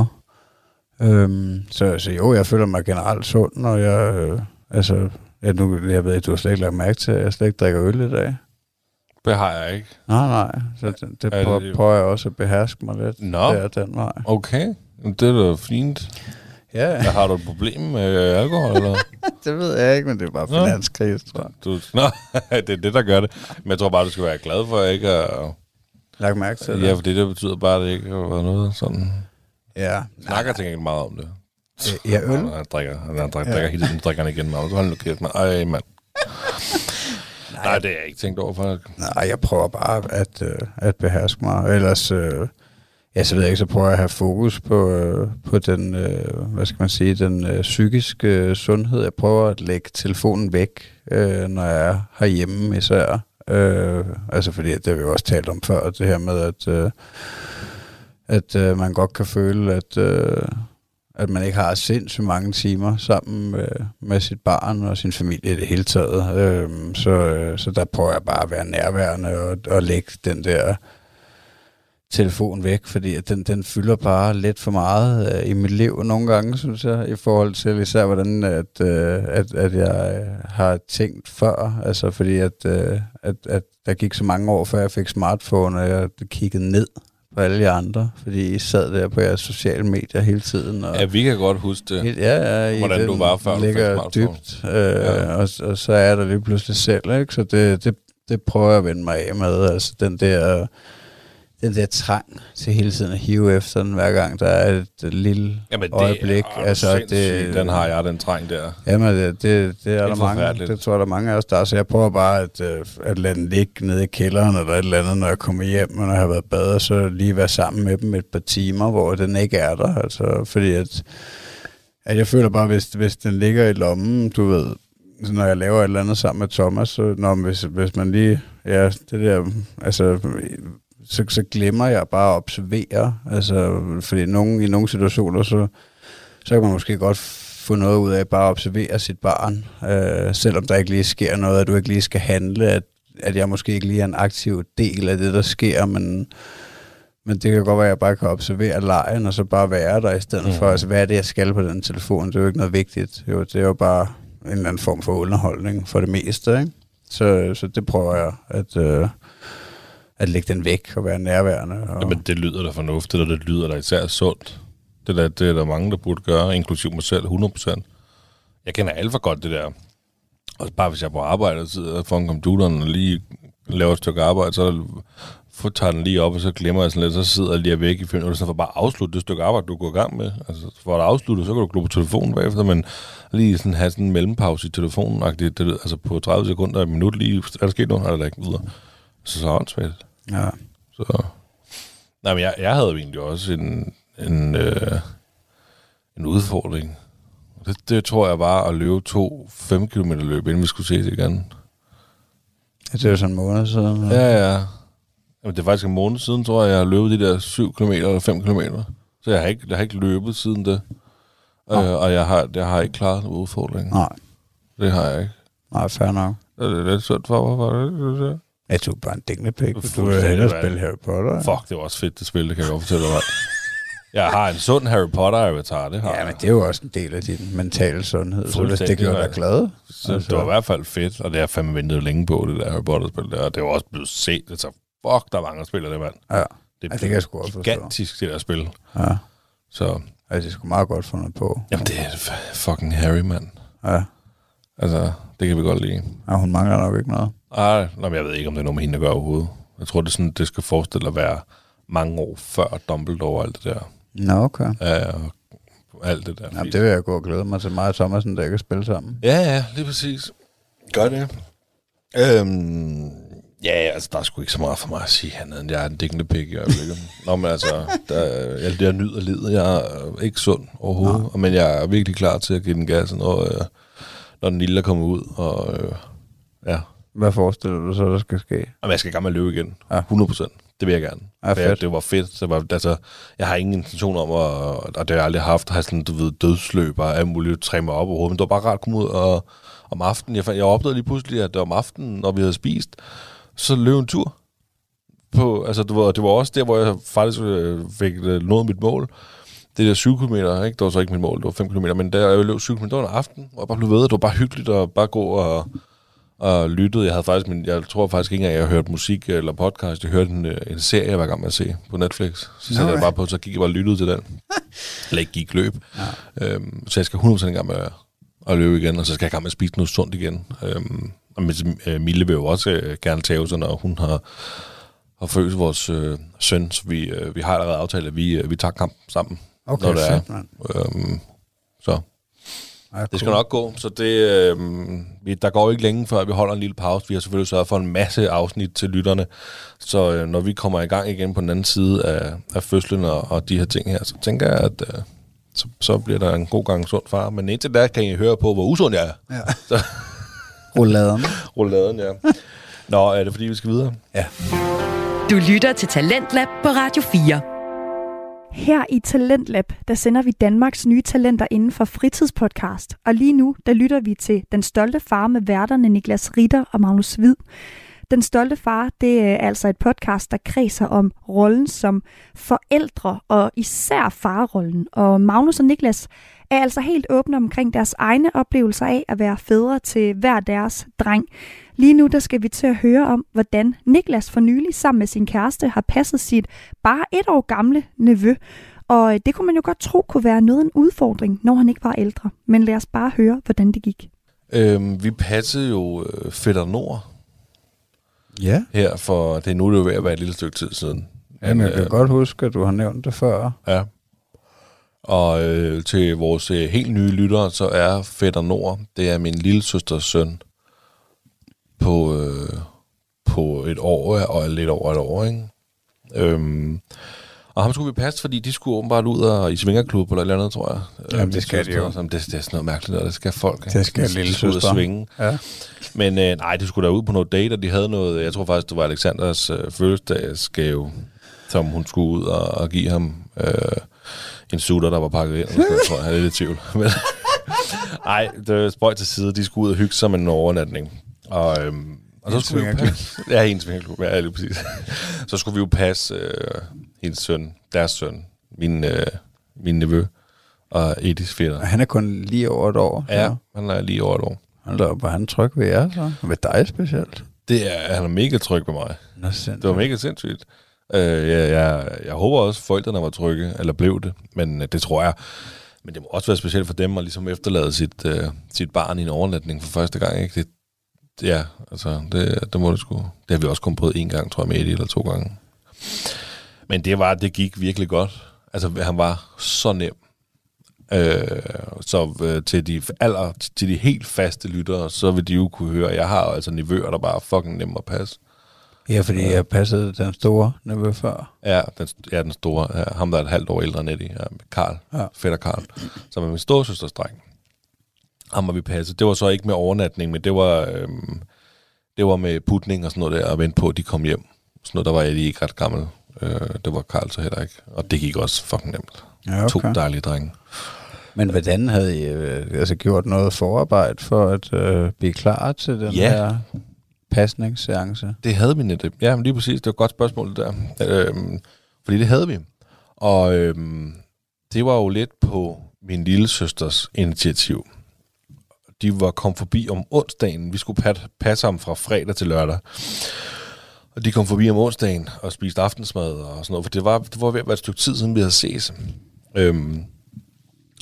Speaker 5: Så jo, jeg føler mig generelt sund, og jeg ved ikke, du har slet ikke lagt mærke til, at jeg slet ikke drikker øl i dag.
Speaker 4: Det har jeg ikke.
Speaker 5: Nej. Så det prøver jeg også at beherske mig lidt.
Speaker 4: Nå.
Speaker 5: Det er den vej.
Speaker 4: Okay, det er da fint.
Speaker 5: Ja,
Speaker 4: Har du et problem med alkohol, eller?
Speaker 5: det ved jeg ikke, men det er bare finanskrise, tror jeg.
Speaker 4: Det er det, der gør det. Men jeg tror bare, du skal være glad for ikke at...
Speaker 5: Lagt mærke til det.
Speaker 4: Ja, for det betyder bare, at det ikke har været noget sådan...
Speaker 5: Ja.
Speaker 4: Snakker tænker ikke meget om det.
Speaker 5: Ja, øl?
Speaker 4: Han drikker hele tiden, drikker han igen, mand. Så hold nu kæft, mand. Ej, mand. Nej, det har jeg ikke tænkt over for.
Speaker 5: Nej, jeg prøver bare at beherske mig. Ellers, så ved jeg ikke, så prøver jeg at have fokus på den, hvad skal man sige, den psykiske sundhed. Jeg prøver at lægge telefonen væk, når jeg er herhjemme især. Fordi det har vi jo også talt om før, det her med, at man godt kan føle, at man ikke har sindssygt mange timer sammen med sit barn og sin familie i det hele taget. Så der prøver jeg bare at være nærværende og lægge den der telefon væk, fordi at den fylder bare lidt for meget i mit liv nogle gange, synes jeg, i forhold til især hvordan at jeg har tænkt før. Altså fordi at der gik så mange år, før jeg fik smartphone, og jeg kiggede ned på alle jer andre, fordi I sad der på jeres sociale medier hele tiden. Og
Speaker 4: ja, vi kan godt huske det.
Speaker 5: Hvordan
Speaker 4: du var før du fik smartphone.
Speaker 5: Dybt, og så er der lige pludselig selv, ikke? Så det prøver jeg at vende mig af med, altså den der trang til hele tiden at hive efter den, hver gang der er et lille øjeblik.
Speaker 4: Den har jeg, den trang der.
Speaker 5: Jamen, det er der mange. Det tror jeg, der er mange af os, der er. Så jeg prøver bare at lade den ligge nede i kælderen, eller et eller andet, når jeg kommer hjem, og når jeg har været badet, så lige være sammen med dem et par timer, hvor den ikke er der. Altså, fordi at jeg føler bare, hvis den ligger i lommen, du ved, når jeg laver et eller andet sammen med Thomas, så hvis man lige, ja, det der, altså, så glemmer jeg bare at observere, altså, fordi i nogle situationer, så kan man måske godt få noget ud af bare at observere sit barn, selvom der ikke lige sker noget, at du ikke lige skal handle, at jeg måske ikke lige er en aktiv del af det, der sker, men det kan godt være, at jeg bare kan observere legen, og så bare være der i stedet for, altså, hvad er det, jeg skal på den telefon? Det er jo ikke noget vigtigt. Jo, det er jo bare en eller anden form for underholdning for det meste, ikke? Så det prøver jeg at lægge den væk og være nærværende.
Speaker 4: Jamen, det lyder da fornuftigt, og det lyder da især sundt. Det er der mange, der burde gøre, inklusiv mig selv, 100%. Jeg kender alt for godt det der. Og bare hvis jeg er på arbejde og sidder foran computeren og lige laver et stykke arbejde, så tager den lige op, og så glemmer jeg sådan lidt, så sidder jeg lige væk i 5 minutter, så for bare afslutte det stykke arbejde, du går i gang med. Altså, for at afslutte, så kan du glo på telefonen bagefter, men lige sådan have sådan en mellempause i telefonen, altså på 30 sekunder, et minut lige, er der sket noget, er der ikke videre. Så åndssvagt.
Speaker 5: Ja.
Speaker 4: Så. Nej, men jeg havde jo egentlig også en udfordring. Det tror jeg var at løbe 2 5 km løb, inden vi skulle ses igen.
Speaker 5: Det er jo sådan en måned siden.
Speaker 4: Ja. Jamen, det er faktisk en måned siden, tror jeg har løbet de der 7 km eller 5 km. Så jeg har ikke løbet siden det. Og jeg har ikke klaret en udfordring.
Speaker 5: Nej.
Speaker 4: Det har jeg ikke.
Speaker 5: Nej, fair nok.
Speaker 4: Det er lidt sødt for mig. Det.
Speaker 5: Jeg tog bare en dinglepæk. Du vil hellere spille Harry Potter.
Speaker 4: Fuck, det var også fedt, det spil, det kan jeg godt fortælle dig. Jeg har en sund Harry Potter-avatar, det har jeg.
Speaker 5: Ja, men det er jo også en del af din mentale sundhed, så hvis det gjorde dig glad.
Speaker 4: Det var i hvert fald fedt, og det har fandme ventet længe på, det der Harry Potter-spil der, og det var også blevet set. Så fuck, der er mange, der spiller det, mand.
Speaker 5: Ja,
Speaker 4: det
Speaker 5: kan jeg sgu også
Speaker 4: gigantisk, det der spil.
Speaker 5: Ja.
Speaker 4: Så,
Speaker 5: Altså, det er sgu meget godt fundet på.
Speaker 4: Jamen, det er fucking Harry, mand.
Speaker 5: Ja.
Speaker 4: Altså, det kan vi godt lide.
Speaker 5: Ja, hun mangler nok ikke noget.
Speaker 4: Men jeg ved ikke, om det er noget med hende, der gør overhovedet. Jeg tror, det er sådan, det skal forestille at være mange år før Dumbledore og alt det der.
Speaker 5: Nå, okay.
Speaker 4: Ja, og alt det der.
Speaker 5: Jamen, det vil jeg gå og glæde mig til. Mig og Thomasen, der kan spille sammen.
Speaker 4: Ja, lige præcis. Gør det. Ja, altså, der er sgu ikke så meget for mig at sige, end jeg er en dækkende pik i øjeblikket. Nå, men altså, jeg nyder livet. Jeg er ikke sund overhovedet, men jeg er virkelig klar til at give den gas, når den lille er kommet ud. Og, ja.
Speaker 5: Hvad forestiller du så, der skal ske?
Speaker 4: Jamen, jeg skal i gang med at løbe igen.
Speaker 5: Ja.
Speaker 4: 100%. Det vil jeg gerne.
Speaker 5: Ja, fedt.
Speaker 4: Det var fedt. Altså, jeg har ingen intention om, og det har jeg aldrig haft, at have sådan, dødsløb og alt muligt, træne mig op overhovedet. Men det var bare rart at komme ud og om aftenen. Jeg opdagede lige pludselig, at det var om aftenen, når vi havde spist, så løb en tur. Altså, det var også der, hvor jeg faktisk fik nået mit mål. Det der 7 km, ikke? Det var så ikke mit mål, det var 5 km, men der jeg løb 7 km, det var en aften, og jeg bare blev ved. Det var bare hyggeligt at bare gå og lyttede. Jeg tror faktisk ikke engang, jeg hørte musik eller podcast. Jeg hørte en serie, jeg var i gang med at se på Netflix. Så satte jeg bare på, så gik jeg bare og lyttede til den. Eller ikke gik løb. Ja. Så jeg skal 100% i gang med at løbe igen, og så skal jeg i gang med at spise noget sundt igen. Og Mille vil jo også gerne tage sig, når hun har født vores søn, så vi har allerede aftalt, at vi tager kamp sammen.
Speaker 5: Okay,
Speaker 4: når det
Speaker 5: fedt,
Speaker 4: er. Så
Speaker 5: ja, cool.
Speaker 4: Det skal nok gå, så der går ikke længe før vi holder en lille pause. Vi har selvfølgelig sørget for en masse afsnit til lytterne, så når vi kommer i gang igen på den anden side af fødslen og de her ting her, så tænker jeg, at så bliver der en god gang sund far. Men indtil der kan I høre på, hvor usund jeg er.
Speaker 5: Ja.
Speaker 4: Så. Rouladen, ja. Nå, er det fordi, vi skal videre?
Speaker 5: Ja.
Speaker 2: Du lytter til Talentlab på Radio 4.
Speaker 3: Her i Talentlab, der sender vi Danmarks nye talenter inden for fritidspodcast. Og lige nu, der lytter vi til Den Stolte Far med værterne Niklas Ritter og Magnus Hvid. Den Stolte Far, det er altså et podcast, der kredser om rollen som forældre, og især farrollen. Og Magnus og Niklas er altså helt åbne omkring deres egne oplevelser af at være fædre til hver deres dreng. Lige nu der skal vi til at høre om, hvordan Niklas for nylig sammen med sin kæreste har passet sit bare 1 år gamle nevø. Og det kunne man jo godt tro kunne være noget af en udfordring, når han ikke var ældre. Men lad os bare høre, hvordan det gik.
Speaker 4: Vi passede jo Fætter Nord.
Speaker 5: Ja.
Speaker 4: Her for, det er nu det ved at være et lille stykke tid siden.
Speaker 5: Jamen, jeg kan godt huske, at du har nævnt det før.
Speaker 4: Ja. Og til vores helt nye lyttere, så er Fætter Nord, det er min lille søsters søn på 1 år og lidt over 1 år, ikke? Og ham skulle vi passe, fordi de skulle åbenbart ud og i svingerklub eller et eller andet, tror jeg.
Speaker 5: Jamen, det skal de jo.
Speaker 4: Det er sådan noget mærkeligt, og det skal folk.
Speaker 5: Det skal lille søster.
Speaker 4: Svinge. Ja. Men nej, de skulle da ud på noget date, og de havde noget, jeg tror faktisk, det var Alexanders fødselsdagsgave, som hun skulle ud og give ham en sutter, der var pakket ind. Jeg tror, jeg er lidt i tvivl. Men nej, det var spøjt til side. De skulle ud og hygge sig med en overnatning. Og så skulle vi jo passe... Ja, hendes svingerklub. Ja, lige præcis. Så skulle vi jo passe hendes søn, deres søn, min nevø og Edis fætter.
Speaker 5: Han er kun lige over 1 år.
Speaker 4: Ja, han er lige over 1 år.
Speaker 5: Var han tryg ved jer så? Ved dig specielt?
Speaker 4: Han er mega tryg ved mig. Det var mega sindssygt. Jeg håber også, at forældrene var trygge, eller blev det, men det tror jeg. Men det må også være specielt for dem at ligesom efterlade sit barn i en overnatning for første gang, ikke? Det må det sgu. Det har vi også kommet på 1 gang, tror jeg, med 1 eller 2 gange. Men det gik virkelig godt. Altså, han var så nem. Til de helt faste lyttere, så vil de jo kunne høre, jeg har altså nevøer, der bare er fucking nem at passe.
Speaker 5: Ja, fordi jeg passede den store nevø før.
Speaker 4: Ja, den store. Ja, ham, der er 1,5 år ældre end Eddie. Ja, Karl. Ja. Fætter Karl. Som er min storesøsters dreng. Ham må vi passe. Det var så ikke med overnatning, men det var med putning og sådan noget der, og vente på, at de kom hjem. Sådan noget, der var Eddie ikke ret gammel. Det var Karl så heller ikke. Og det gik også fucking nemt. Ja, okay. 2 dejlige drenge. Men
Speaker 5: hvordan havde I gjort noget forarbejde for at blive klar til den her pasningsseance?
Speaker 4: Det havde vi netop. Ja, men lige præcis. Det var et godt spørgsmål, det der. Fordi det havde vi. Og det var jo lidt på min lille søsters initiativ. De kom forbi om onsdagen. Vi skulle passe ham fra fredag til lørdag. Og de kom forbi om onsdagen og spiste aftensmad og sådan noget. For det var ved at være et stykke tid siden, vi havde ses.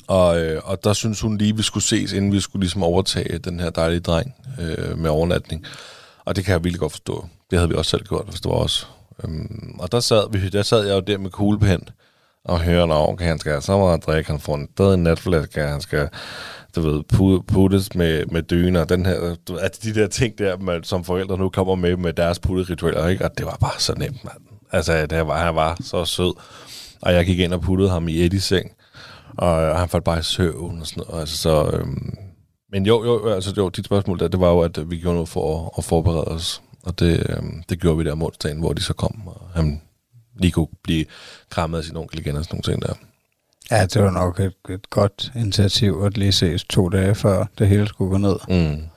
Speaker 4: Og der synes hun lige, vi skulle ses, inden vi skulle ligesom overtage den her dejlige dreng med overnatning. Og det kan jeg virkelig godt forstå. Det havde vi også selv gjort, hvis det var os. Og der sad jeg jo der med kuglepen og hører, når han skal have så meget at drikke, han får en død natflaske, han skal, du ved, puttes med dyner, den her, altså de der ting der, som forældre nu kommer med deres putteritualer, ikke? Og det var bare så nemt, mand. Altså, han var så sød. Og jeg gik ind og puttede ham i Eddies seng, og han faldt bare i søvn og sådan noget. Altså, så, men jo, dit spørgsmål der, det var jo, at vi gjorde noget for at forberede os. Og det gjorde vi der om onsdagen, hvor de så kom, og han lige kunne blive krammet af sin onkel igen og sådan nogle ting der.
Speaker 5: Ja, det var nok et godt initiativ at lige ses 2 dage før det hele skulle gå ned.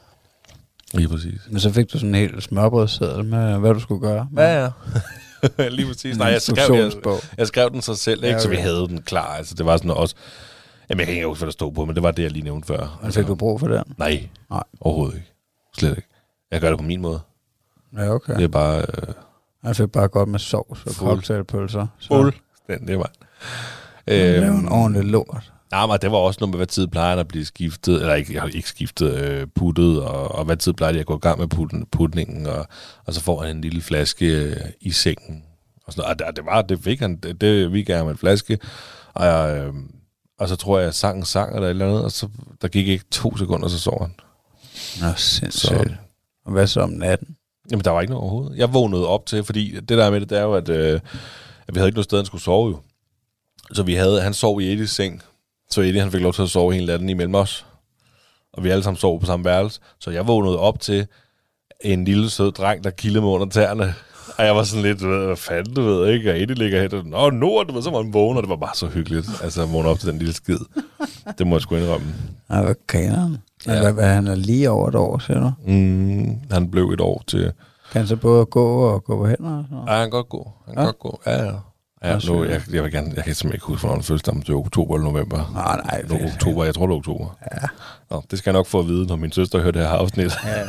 Speaker 4: Lige præcis.
Speaker 5: Men så fik du sådan en helt smørbrødsseddel med, hvad du skulle gøre.
Speaker 4: Ja. Lige præcis. Nej, jeg skrev den så selv, ikke? Ja, okay. Så vi havde den klar. Altså, det var sådan også... Jamen, jeg kan ikke huske, hvad der stod på, men det var det, jeg lige nævnte før.
Speaker 5: Men fik du brug for den?
Speaker 4: Nej, overhovedet ikke. Slet ikke. Jeg gør det på min måde.
Speaker 5: Ja, okay.
Speaker 4: Det er bare...
Speaker 5: Jeg fik bare godt med sovs og cocktailpølser.
Speaker 4: Det var...
Speaker 5: Det var en ordentlig lort.
Speaker 4: Nej, men det var også noget med, hvad tid plejer at blive skiftet, eller ikke skiftet, puttet, og hvad tid plejer de at gå i gang med putningen, og så får han en lille flaske i sengen. Og sådan noget. Det fik han, det vi gav ham en flaske, og så tror jeg, sang eller et eller andet, og så der gik ikke 2 sekunder, så sov han.
Speaker 5: Nå, sindssygt. Og hvad så om natten?
Speaker 4: Jamen, der var ikke noget overhovedet. Jeg vågnede op til, fordi det der med det er jo, at vi havde ikke noget sted, han skulle sove jo. Så han sov i Eddies seng, så Eddie han fik lov til at sove hele natten imellem os. Og vi alle sammen sov på samme værelse. Så jeg vågnede op til en lille sød dreng, der kildede mig under tæerne. Og jeg var sådan lidt, hvad fanden, du ved ikke? Og Eddie ligger her, du ved, så var han vågen, og det var bare så hyggeligt. Altså, at vågne op til den lille skid. Det må jeg sgu indrømme.
Speaker 5: Ja, hvad kan han? Ja. Hvad han er lige over 1 år, siger du?
Speaker 4: Han blev 1 år til...
Speaker 5: Kan han så både gå og gå på hænder?
Speaker 4: Ja, han kan godt gå. Ja, nu, jeg kan simpelthen ikke huske, hvornår den første om det er oktober eller november.
Speaker 5: Nej.
Speaker 4: Oktober, jeg tror det er oktober.
Speaker 5: Ja.
Speaker 4: Nå, det skal jeg nok få at vide, når min søster hører det her afsnit.
Speaker 5: Ja.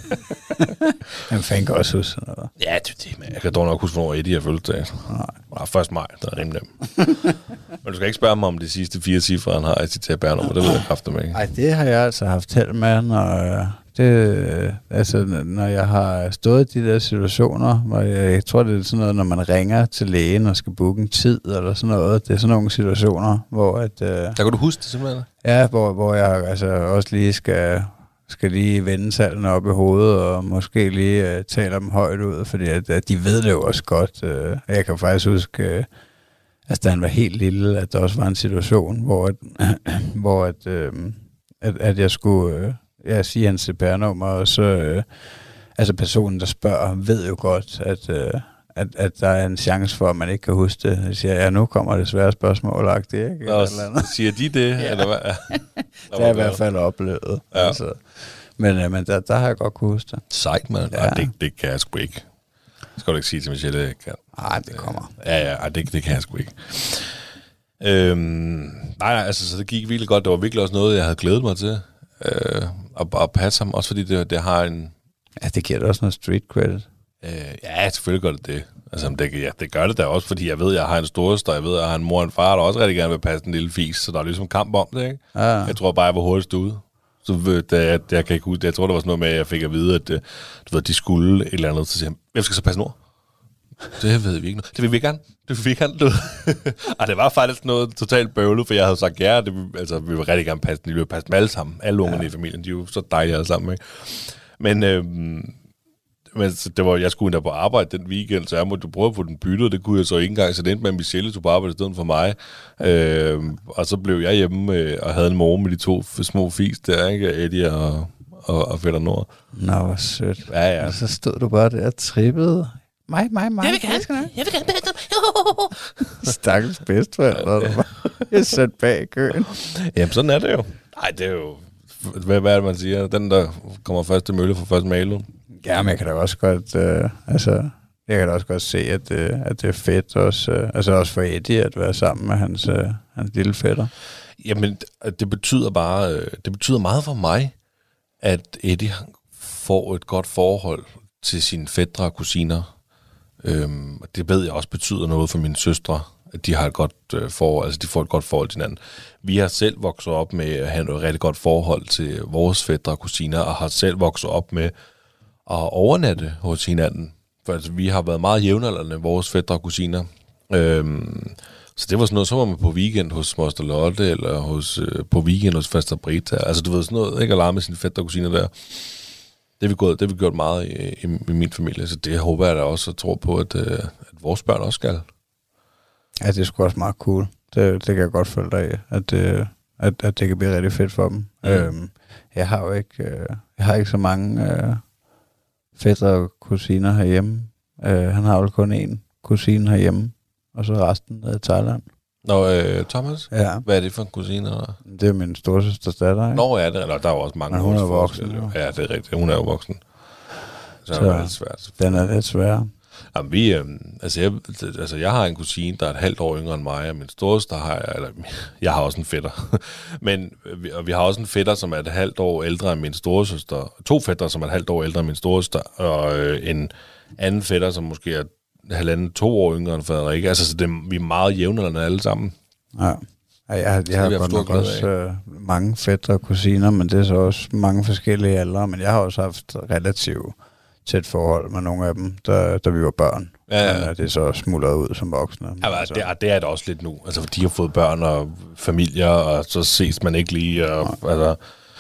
Speaker 5: Han fanden også huske noget.
Speaker 4: Ja, det men jeg kan dog nok huske, hvornår Eddie har fødselsdag. Nej. 1. maj, det er rimelig nemt. Men du skal ikke spørge mig om de sidste 4 cifre, han har i sit TBR-nummer. Det ved jeg kraftigt ikke.
Speaker 5: Nej, det har jeg altså haft held med, når jeg har stået i de der situationer, hvor jeg tror, det er sådan noget, når man ringer til lægen og skal booke en tid, eller sådan noget. Det er sådan nogle situationer, hvor at... Der
Speaker 4: kan du huske det simpelthen?
Speaker 5: Ja, hvor jeg altså også lige skal lige vende tallene op i hovedet, og måske lige tale dem højt ud, fordi at de ved det jo også godt. Jeg kan faktisk huske, da han var helt lille, at der også var en situation, hvor jeg skulle... Jeg siger hans CPR-nummer, og så personen, der spørger, ved jo godt, at der er en chance for, at man ikke kan huske det. Jeg siger, ja, nu kommer det svære spørgsmål, ikke?
Speaker 4: Siger de det?
Speaker 5: Ja.
Speaker 4: Eller hvad?
Speaker 5: Det har jeg i hvert fald oplevet. Ja. Altså. Men der har jeg godt kunne huske det.
Speaker 4: Sejt, mand. Ja. Det kan jeg sgu ikke. Det skal du ikke sige til Michelle, jeg kan.
Speaker 5: Nej, det kommer.
Speaker 4: Ja, det kan jeg sgu ikke. Så det gik virkelig godt. Det var virkelig også noget, jeg havde glædet mig til. Og passe ham, også fordi det har en...
Speaker 5: Ja, det giver da også noget street credit.
Speaker 4: Ja, selvfølgelig gør det. Altså, det gør det da også, fordi jeg ved, jeg har en storeste, og jeg ved, at jeg har en mor og en far, der også rigtig gerne vil passe en lille fis, så der er ligesom kamp om det, ikke? Ja. Jeg tror bare, jeg var hurtigst ude. Så jeg kan ikke huske det. Jeg tror, der var sådan noget med, at jeg fik at vide, at de skulle et eller andet. Så siger jeg, hvem skal så passe nord? Det ved vi ikke noget. Det vil vi gerne. Det var faktisk noget totalt bøvlet, for jeg havde sagt, ja, vi vil rigtig gerne passe den. Vi vil passe dem alle sammen. Alle ungerne i familien, de er jo så dejlige alle sammen, ikke? Men det var, jeg skulle endda på arbejde den weekend, så jeg måtte prøve at få den byttet. Det kunne jeg så ikke engang, så det endte med, at Michelle tog på arbejde i stedet for mig. Og så blev jeg hjemme og havde en morgen med de 2 små fis der, ikke? Eddie og Fætter Nord.
Speaker 5: Nå, hvor sødt.
Speaker 4: Ja.
Speaker 5: Og så stod du bare der og trippede. Mig.
Speaker 2: Jeg vil gerne passe dem.
Speaker 5: Stakkels bedstforældre, der bare sat bag køen.
Speaker 4: Jamen, sådan er det jo. Nej, det er jo... Hvad er det, man siger? Den, der kommer først til mølle, får først malet.
Speaker 5: Ja, men jeg kan da også godt... jeg kan da også godt se, at det er fedt også, også for Eddie at være sammen med hans lille fætter.
Speaker 4: Jamen, det betyder meget for mig, at Eddie får et godt forhold til sine fætre og kusiner. Det ved jeg også betyder noget for mine søstre. at de har et godt forhold, altså de får et godt forhold til hinanden. Vi har selv vokset op med at have et rigtig godt forhold til vores fætre og kusiner, og har selv vokset op med at overnatte hos hinanden. For altså, vi har været meget jævnaldrende, vores fætre og kusiner. Så det var sådan noget, så var man på weekend hos Moster Lotte, eller på weekend hos Faster Brita. Altså du ved sådan noget, ikke at lege med sine fætre og kusiner der. Det har vi gjort meget i min familie, så det håber jeg da også og tror på, at vores børn også skal.
Speaker 5: Ja, det er sgu også meget cool. Det kan jeg godt følge dig af, at det kan blive rigtig fedt for dem. Jeg har jo ikke så mange fætre og kusiner herhjemme. Han har jo kun én kusine herhjemme, og så resten i Thailand.
Speaker 4: Nå, Thomas?
Speaker 5: Ja.
Speaker 4: Hvad er det for en kusine? Eller?
Speaker 5: Det er min storesøsters datter, ikke?
Speaker 4: Nå, ja, der er jo også mange.
Speaker 5: Men hun er voksen.
Speaker 4: Ja, det er rigtigt. Hun er jo voksen. Så er det lidt svært.
Speaker 5: Den er lidt svær.
Speaker 4: Jamen, jeg har en kusine, der er et halvt år yngre end mig, og min storesøster jeg har også en fætter. Men vi har også en fætter, som er et halvt år ældre end min storesøster. 2 fætter, som er et halvt år ældre end min storesøster, og en anden fætter, som måske er 1,5-2 år yngre end Frederik. Altså, så vi er meget jævnaldrende alle sammen.
Speaker 5: Ja. Jeg har godt nok også mange fætre og kusiner, men det er så også mange forskellige aldre. Men jeg har også haft relativt tæt forhold med nogle af dem, da vi var børn. Ja. Men det er så smuldret ud som voksne.
Speaker 4: Ja, altså. Det er det også lidt nu. Altså, for de har fået børn og familier, og så ses man ikke lige. Og, altså,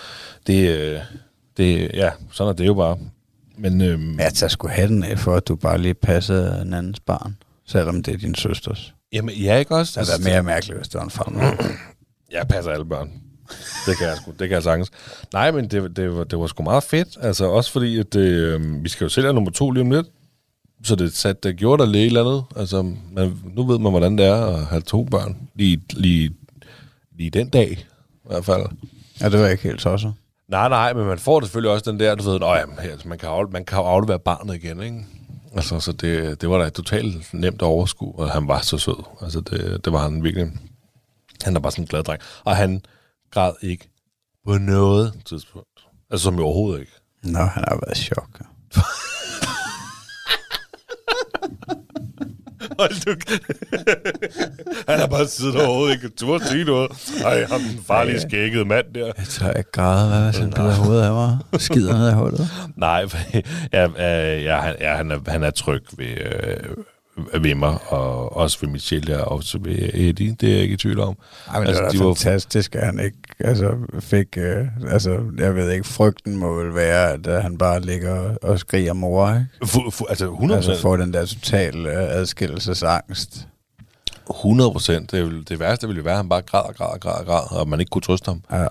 Speaker 4: ja, sådan er det jo bare. Men
Speaker 5: jeg tager sgu hatten af for, at du bare lige passede en andens barn, selvom det er din søsters.
Speaker 4: Jamen, ja, ikke også?
Speaker 5: Det er mere mærkeligt, hvis det var en far.
Speaker 4: Jeg passer alle børn. Det kan jeg sagtens. Nej, men det var sgu meget fedt. Altså også fordi, at vi skal jo selv have nummer 2 lige om lidt. Så det gjorde der lidt eller andet. Altså, nu ved man, hvordan det er at have 2 børn. Lige den dag, i hvert fald.
Speaker 5: Ja, det var ikke helt tosset.
Speaker 4: Nej, men man får selvfølgelig også den der, du ved, man kan aflevere barnet igen, ikke? Altså, så det var da totalt nemt at overskue, og han var så sød. Altså, det var han virkelig. Han er bare sådan en glad dreng. Og han græd ikke på noget tidspunkt. Altså, som i overhovedet ikke.
Speaker 5: Nå, han har været i chok.
Speaker 4: Han har bare siddet overhovedet ikke turde sige noget. Ej, ham den farlige skækkede mand der.
Speaker 5: Jeg tør ikke græde, hvad sådan bider hovedet af mig. Skider ned af hullet.
Speaker 4: Nej, han er tryg ved mig, og også ved Michelle, og også ved Eddie. Det er jeg ikke i tvivl om.
Speaker 5: Ej, men det var fantastisk, at han ikke fik... jeg ved ikke, frygten må vel være, at han bare ligger og skriger mor, ikke?
Speaker 4: Altså 100%.
Speaker 5: Altså får den der totale adskillelsesangst.
Speaker 4: 100%. Det værste ville jo være, at han bare græd, og man ikke kunne trøste ham.
Speaker 5: Ja.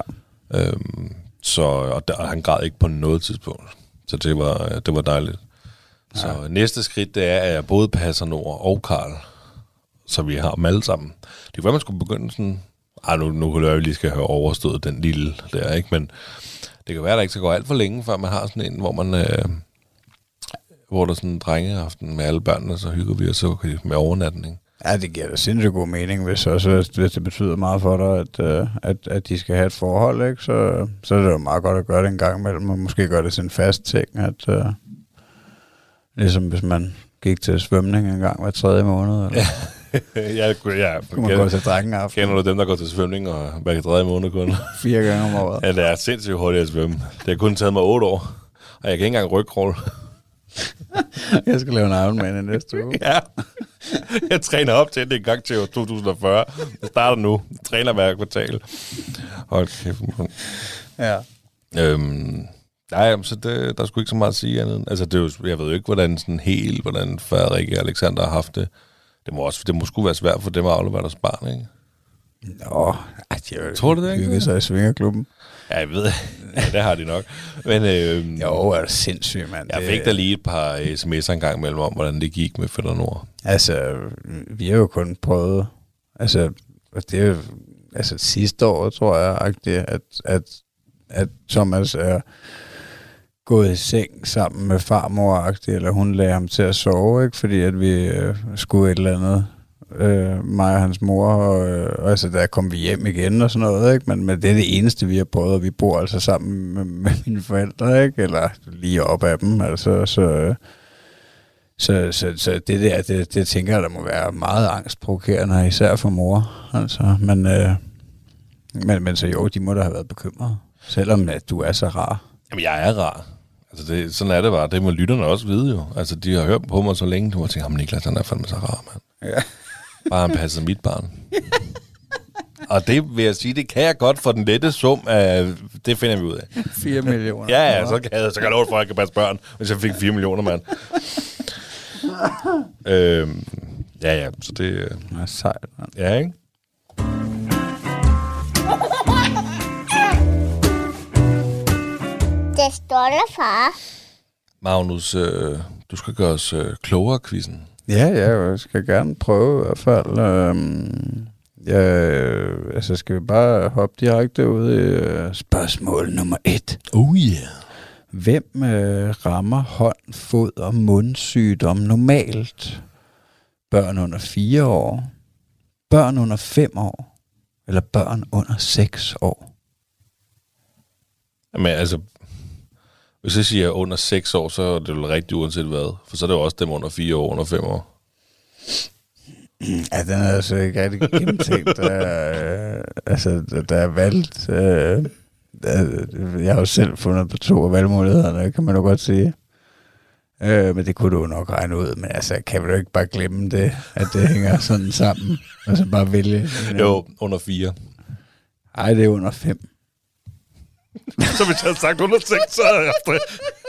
Speaker 4: Og han græd ikke på noget tidspunkt. Så det var dejligt. Ja. Så næste skridt, det er, at jeg både passer Nord og Karl, så vi har dem alle sammen. Det kan være, man skulle begynde sådan... Nu kunne jeg lige skal have overstået den lille der, ikke? Men det kan være, at der ikke skal gå alt for længe, før man har sådan en, hvor man... hvor der er sådan en drengeaften med alle børnene, så hygger vi os så med overnatning.
Speaker 5: Ja, det giver da sindssygt god mening, hvis det betyder meget for dig, at de skal have et forhold, ikke? Så er det jo meget godt at gøre det en gang imellem, og måske gøre det til en fast ting, at ligesom hvis man gik til svømning en gang hver 3. måned, eller...
Speaker 4: Ja,
Speaker 5: kunne man gå til drengeaften.
Speaker 4: Kender du dem, der går til svømning og hver 3. måned kun?
Speaker 5: 4 gange om året.
Speaker 4: Ja, det er sindssygt hurtigt at svømme. Det har kun taget mig 8 år, og jeg kan ikke engang rygkråle.
Speaker 5: Jeg skal lave en Ironman i næste uge.
Speaker 4: Ja, jeg træner op til det en gang til 2040. Jeg starter nu. Jeg træner hver kvartal. Hold kæft.
Speaker 5: Ja.
Speaker 4: Nej, så der er sgu ikke så meget at sige andet. Altså, det er jo, jeg ved jo ikke, hvordan Frederik og Alexander har haft det. Det må sgu være svært for dem at aflevere deres barn, ikke?
Speaker 5: Nå,
Speaker 4: tror du det ikke?
Speaker 5: Hygge sig i svingerklubben.
Speaker 4: Ja, jeg ved. Ja, det har de nok. Men,
Speaker 5: jo, er det sindssygt, mand.
Speaker 4: Jeg fik da lige et par sms'er en gang mellem om, hvordan det gik med Fætter Nord.
Speaker 5: Altså, vi har jo kun prøvet... Altså, det er jo... Altså, sidste år, tror jeg, at Thomas er gået i seng sammen med farmor, eller hun lagde ham til at sove, ikke? Fordi at vi skulle et eller andet, mig og hans mor, og altså der kom vi hjem igen og sådan noget, ikke? Men det er det eneste, vi har prøvet, og vi bor altså sammen med mine forældre, ikke? Eller lige op af dem, altså, så Så det der, det tænker jeg, der må være meget angstprovokerende, især for mor. Altså, men så jo, de må da have været bekymrede, selvom at du er så rar.
Speaker 4: Jamen, jeg er rar. Altså, sådan er det bare. Det må lytterne også vide jo. Altså, de har hørt på mig så længe, du har tænkt, Niklas, han er fandme så rar, mand.
Speaker 5: Ja.
Speaker 4: Bare han passer mit barn. Og det vil jeg sige, det kan jeg godt for den lette sum af, det finder vi ud af.
Speaker 5: 4 millioner.
Speaker 4: Ja, så kan jeg love for, at jeg kan passe børn, hvis jeg fik 4 millioner, mand. Ja, så det...
Speaker 5: Det er sejt, mand.
Speaker 4: Ja, ikke?
Speaker 6: Det stolte far.
Speaker 4: Magnus, du skal gøre os klogere, quizzen.
Speaker 5: Ja, jeg skal gerne prøve i hvert fald. Altså skal vi bare hoppe direkte ud i spørgsmål nummer 1.
Speaker 4: Oh yeah.
Speaker 5: Hvem rammer hånd, fod og mundsygdom normalt? Børn under 4 år, børn under 5 år, eller børn under 6 år?
Speaker 4: Jamen altså, hvis jeg siger under 6 år, så er det jo rigtigt uanset hvad. For så er det jo også dem under 4 år, under 5 år.
Speaker 5: Ja, den er altså ikke rigtig gennemtænkt. Der er valgt. Jeg har jo selv fundet på 2 af valgmulighederne, kan man jo godt sige. Men det kunne du jo nok regne ud. Men altså, kan vi jo ikke bare glemme det, at det hænger sådan sammen? Altså bare vælge.
Speaker 4: Jo, under 4.
Speaker 5: Ej, det er under 5.
Speaker 4: Så hvis jeg havde sagt under 6, så havde jeg haft det.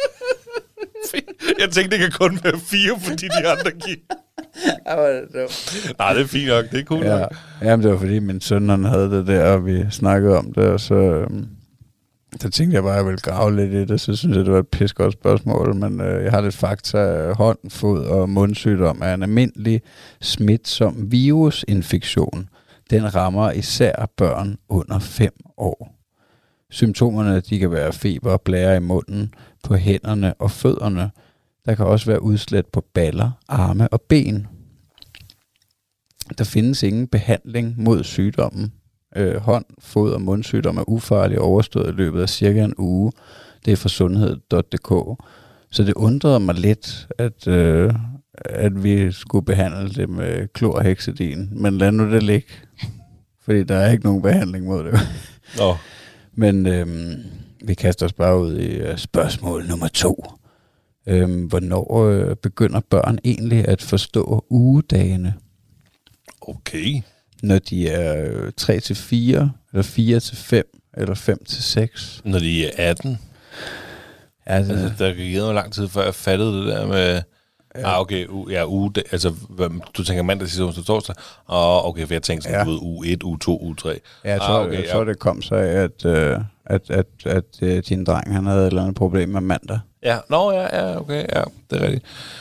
Speaker 4: Jeg tænkte, det kan kun være 4, fordi de andre gik. Nej, det er fint nok. Det er cool nok.
Speaker 5: Jamen, det var fordi min søn han havde det der, og vi snakkede om det, og så tænkte jeg bare, at jeg ville grave lidt i det. Så synes jeg, det var et pissegodt spørgsmål, men jeg har lidt fakta. Hånd, fod og mundsygdom er en almindelig smitsom virusinfektion. Den rammer især børn under 5 år. Symptomerne de kan være feber og blære i munden, på hænderne og fødderne. Der kan også være udslæt på baller, arme og ben. Der findes ingen behandling mod sygdommen. Hånd, fod og mundsygdom er ufarlig overstået i løbet af cirka en uge. Det er fra sundhed.dk. Så det undrede mig lidt, at vi skulle behandle det med klorhexidin. Men lad nu det ligge, fordi der er ikke nogen behandling mod det. Men vi kaster os bare ud i spørgsmål nummer 2. Hvornår begynder børn egentlig at forstå ugedagene?
Speaker 4: Okay.
Speaker 5: Når de er 3-4, eller 4-5, eller 5-6.
Speaker 4: Når de er 18? Altså, der kan give noget lang tid, før jeg fattede det der med... okay, uge... Altså, du tænker mandag, sidste onsdag, torsdag? Okay, for jeg tænkte sådan, du ved, uge 1, uge 2, uge 3.
Speaker 5: Ja, jeg tror, det kom så af, at din dreng, han havde et eller andet problem med mandag.
Speaker 4: Ja, okay, ja, det er rigtigt.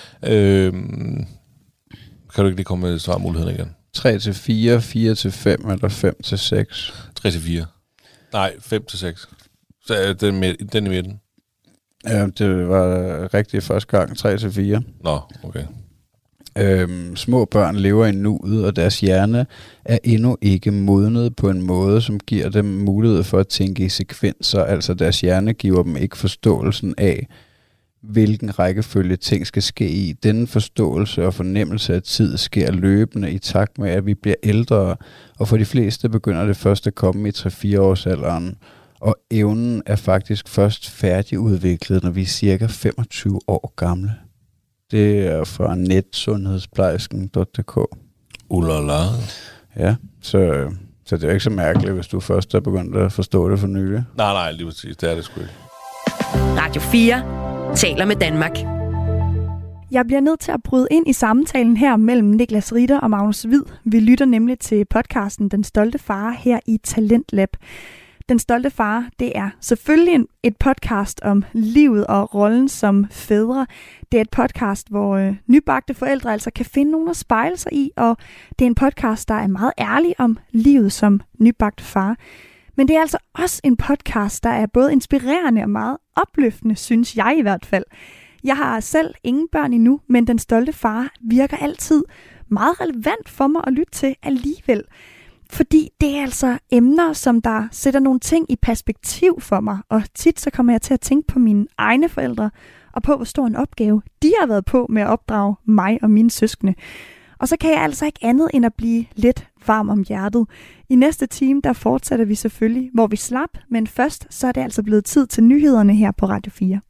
Speaker 4: Kan du ikke lige komme med svarmuligheden igen?
Speaker 5: 3-4, 4-5 eller 5-6?
Speaker 4: 3-4. Nej, 5-6. Så den i midten.
Speaker 5: Ja, det var rigtigt første gang, 3-4.
Speaker 4: Nå, okay.
Speaker 5: Små børn lever i nuet, og deres hjerne er endnu ikke modnet på en måde, som giver dem mulighed for at tænke i sekvenser. Altså deres hjerne giver dem ikke forståelsen af, hvilken rækkefølge ting skal ske i. Denne forståelse og fornemmelse af tid sker løbende i takt med, at vi bliver ældre, og for de fleste begynder det først at komme i 3-4 års alderen. Og evnen er faktisk først færdigudviklet, når vi er cirka 25 år gamle. Det er fra netsundhedsplejersken.dk.
Speaker 4: Ulala.
Speaker 5: Ja, så det er ikke så mærkeligt, hvis du først er begyndt at forstå det for nylig.
Speaker 4: Nej, lige præcis. Det er det sgu ikke.
Speaker 2: Radio 4 taler med Danmark.
Speaker 3: Jeg bliver nødt til at bryde ind i samtalen her mellem Niklas Ritter og Magnus Hvid. Vi lytter nemlig til podcasten Den Stolte Far her i Talentlab. Den Stolte Far, det er selvfølgelig et podcast om livet og rollen som fædre. Det er et podcast, hvor nybagte forældre altså kan finde nogen at spejle sig i, og det er en podcast, der er meget ærlig om livet som nybagt far. Men det er altså også en podcast, der er både inspirerende og meget opløftende, synes jeg i hvert fald. Jeg har selv ingen børn endnu, men Den Stolte Far virker altid meget relevant for mig at lytte til alligevel. Fordi det er altså emner, som der sætter nogle ting i perspektiv for mig, og tit så kommer jeg til at tænke på mine egne forældre, og på, hvor stor en opgave de har været på med at opdrage mig og mine søskende. Og så kan jeg altså ikke andet end at blive lidt varm om hjertet. I næste time, der fortsætter vi selvfølgelig, hvor vi slap, men først så er det altså blevet tid til nyhederne her på Radio 4.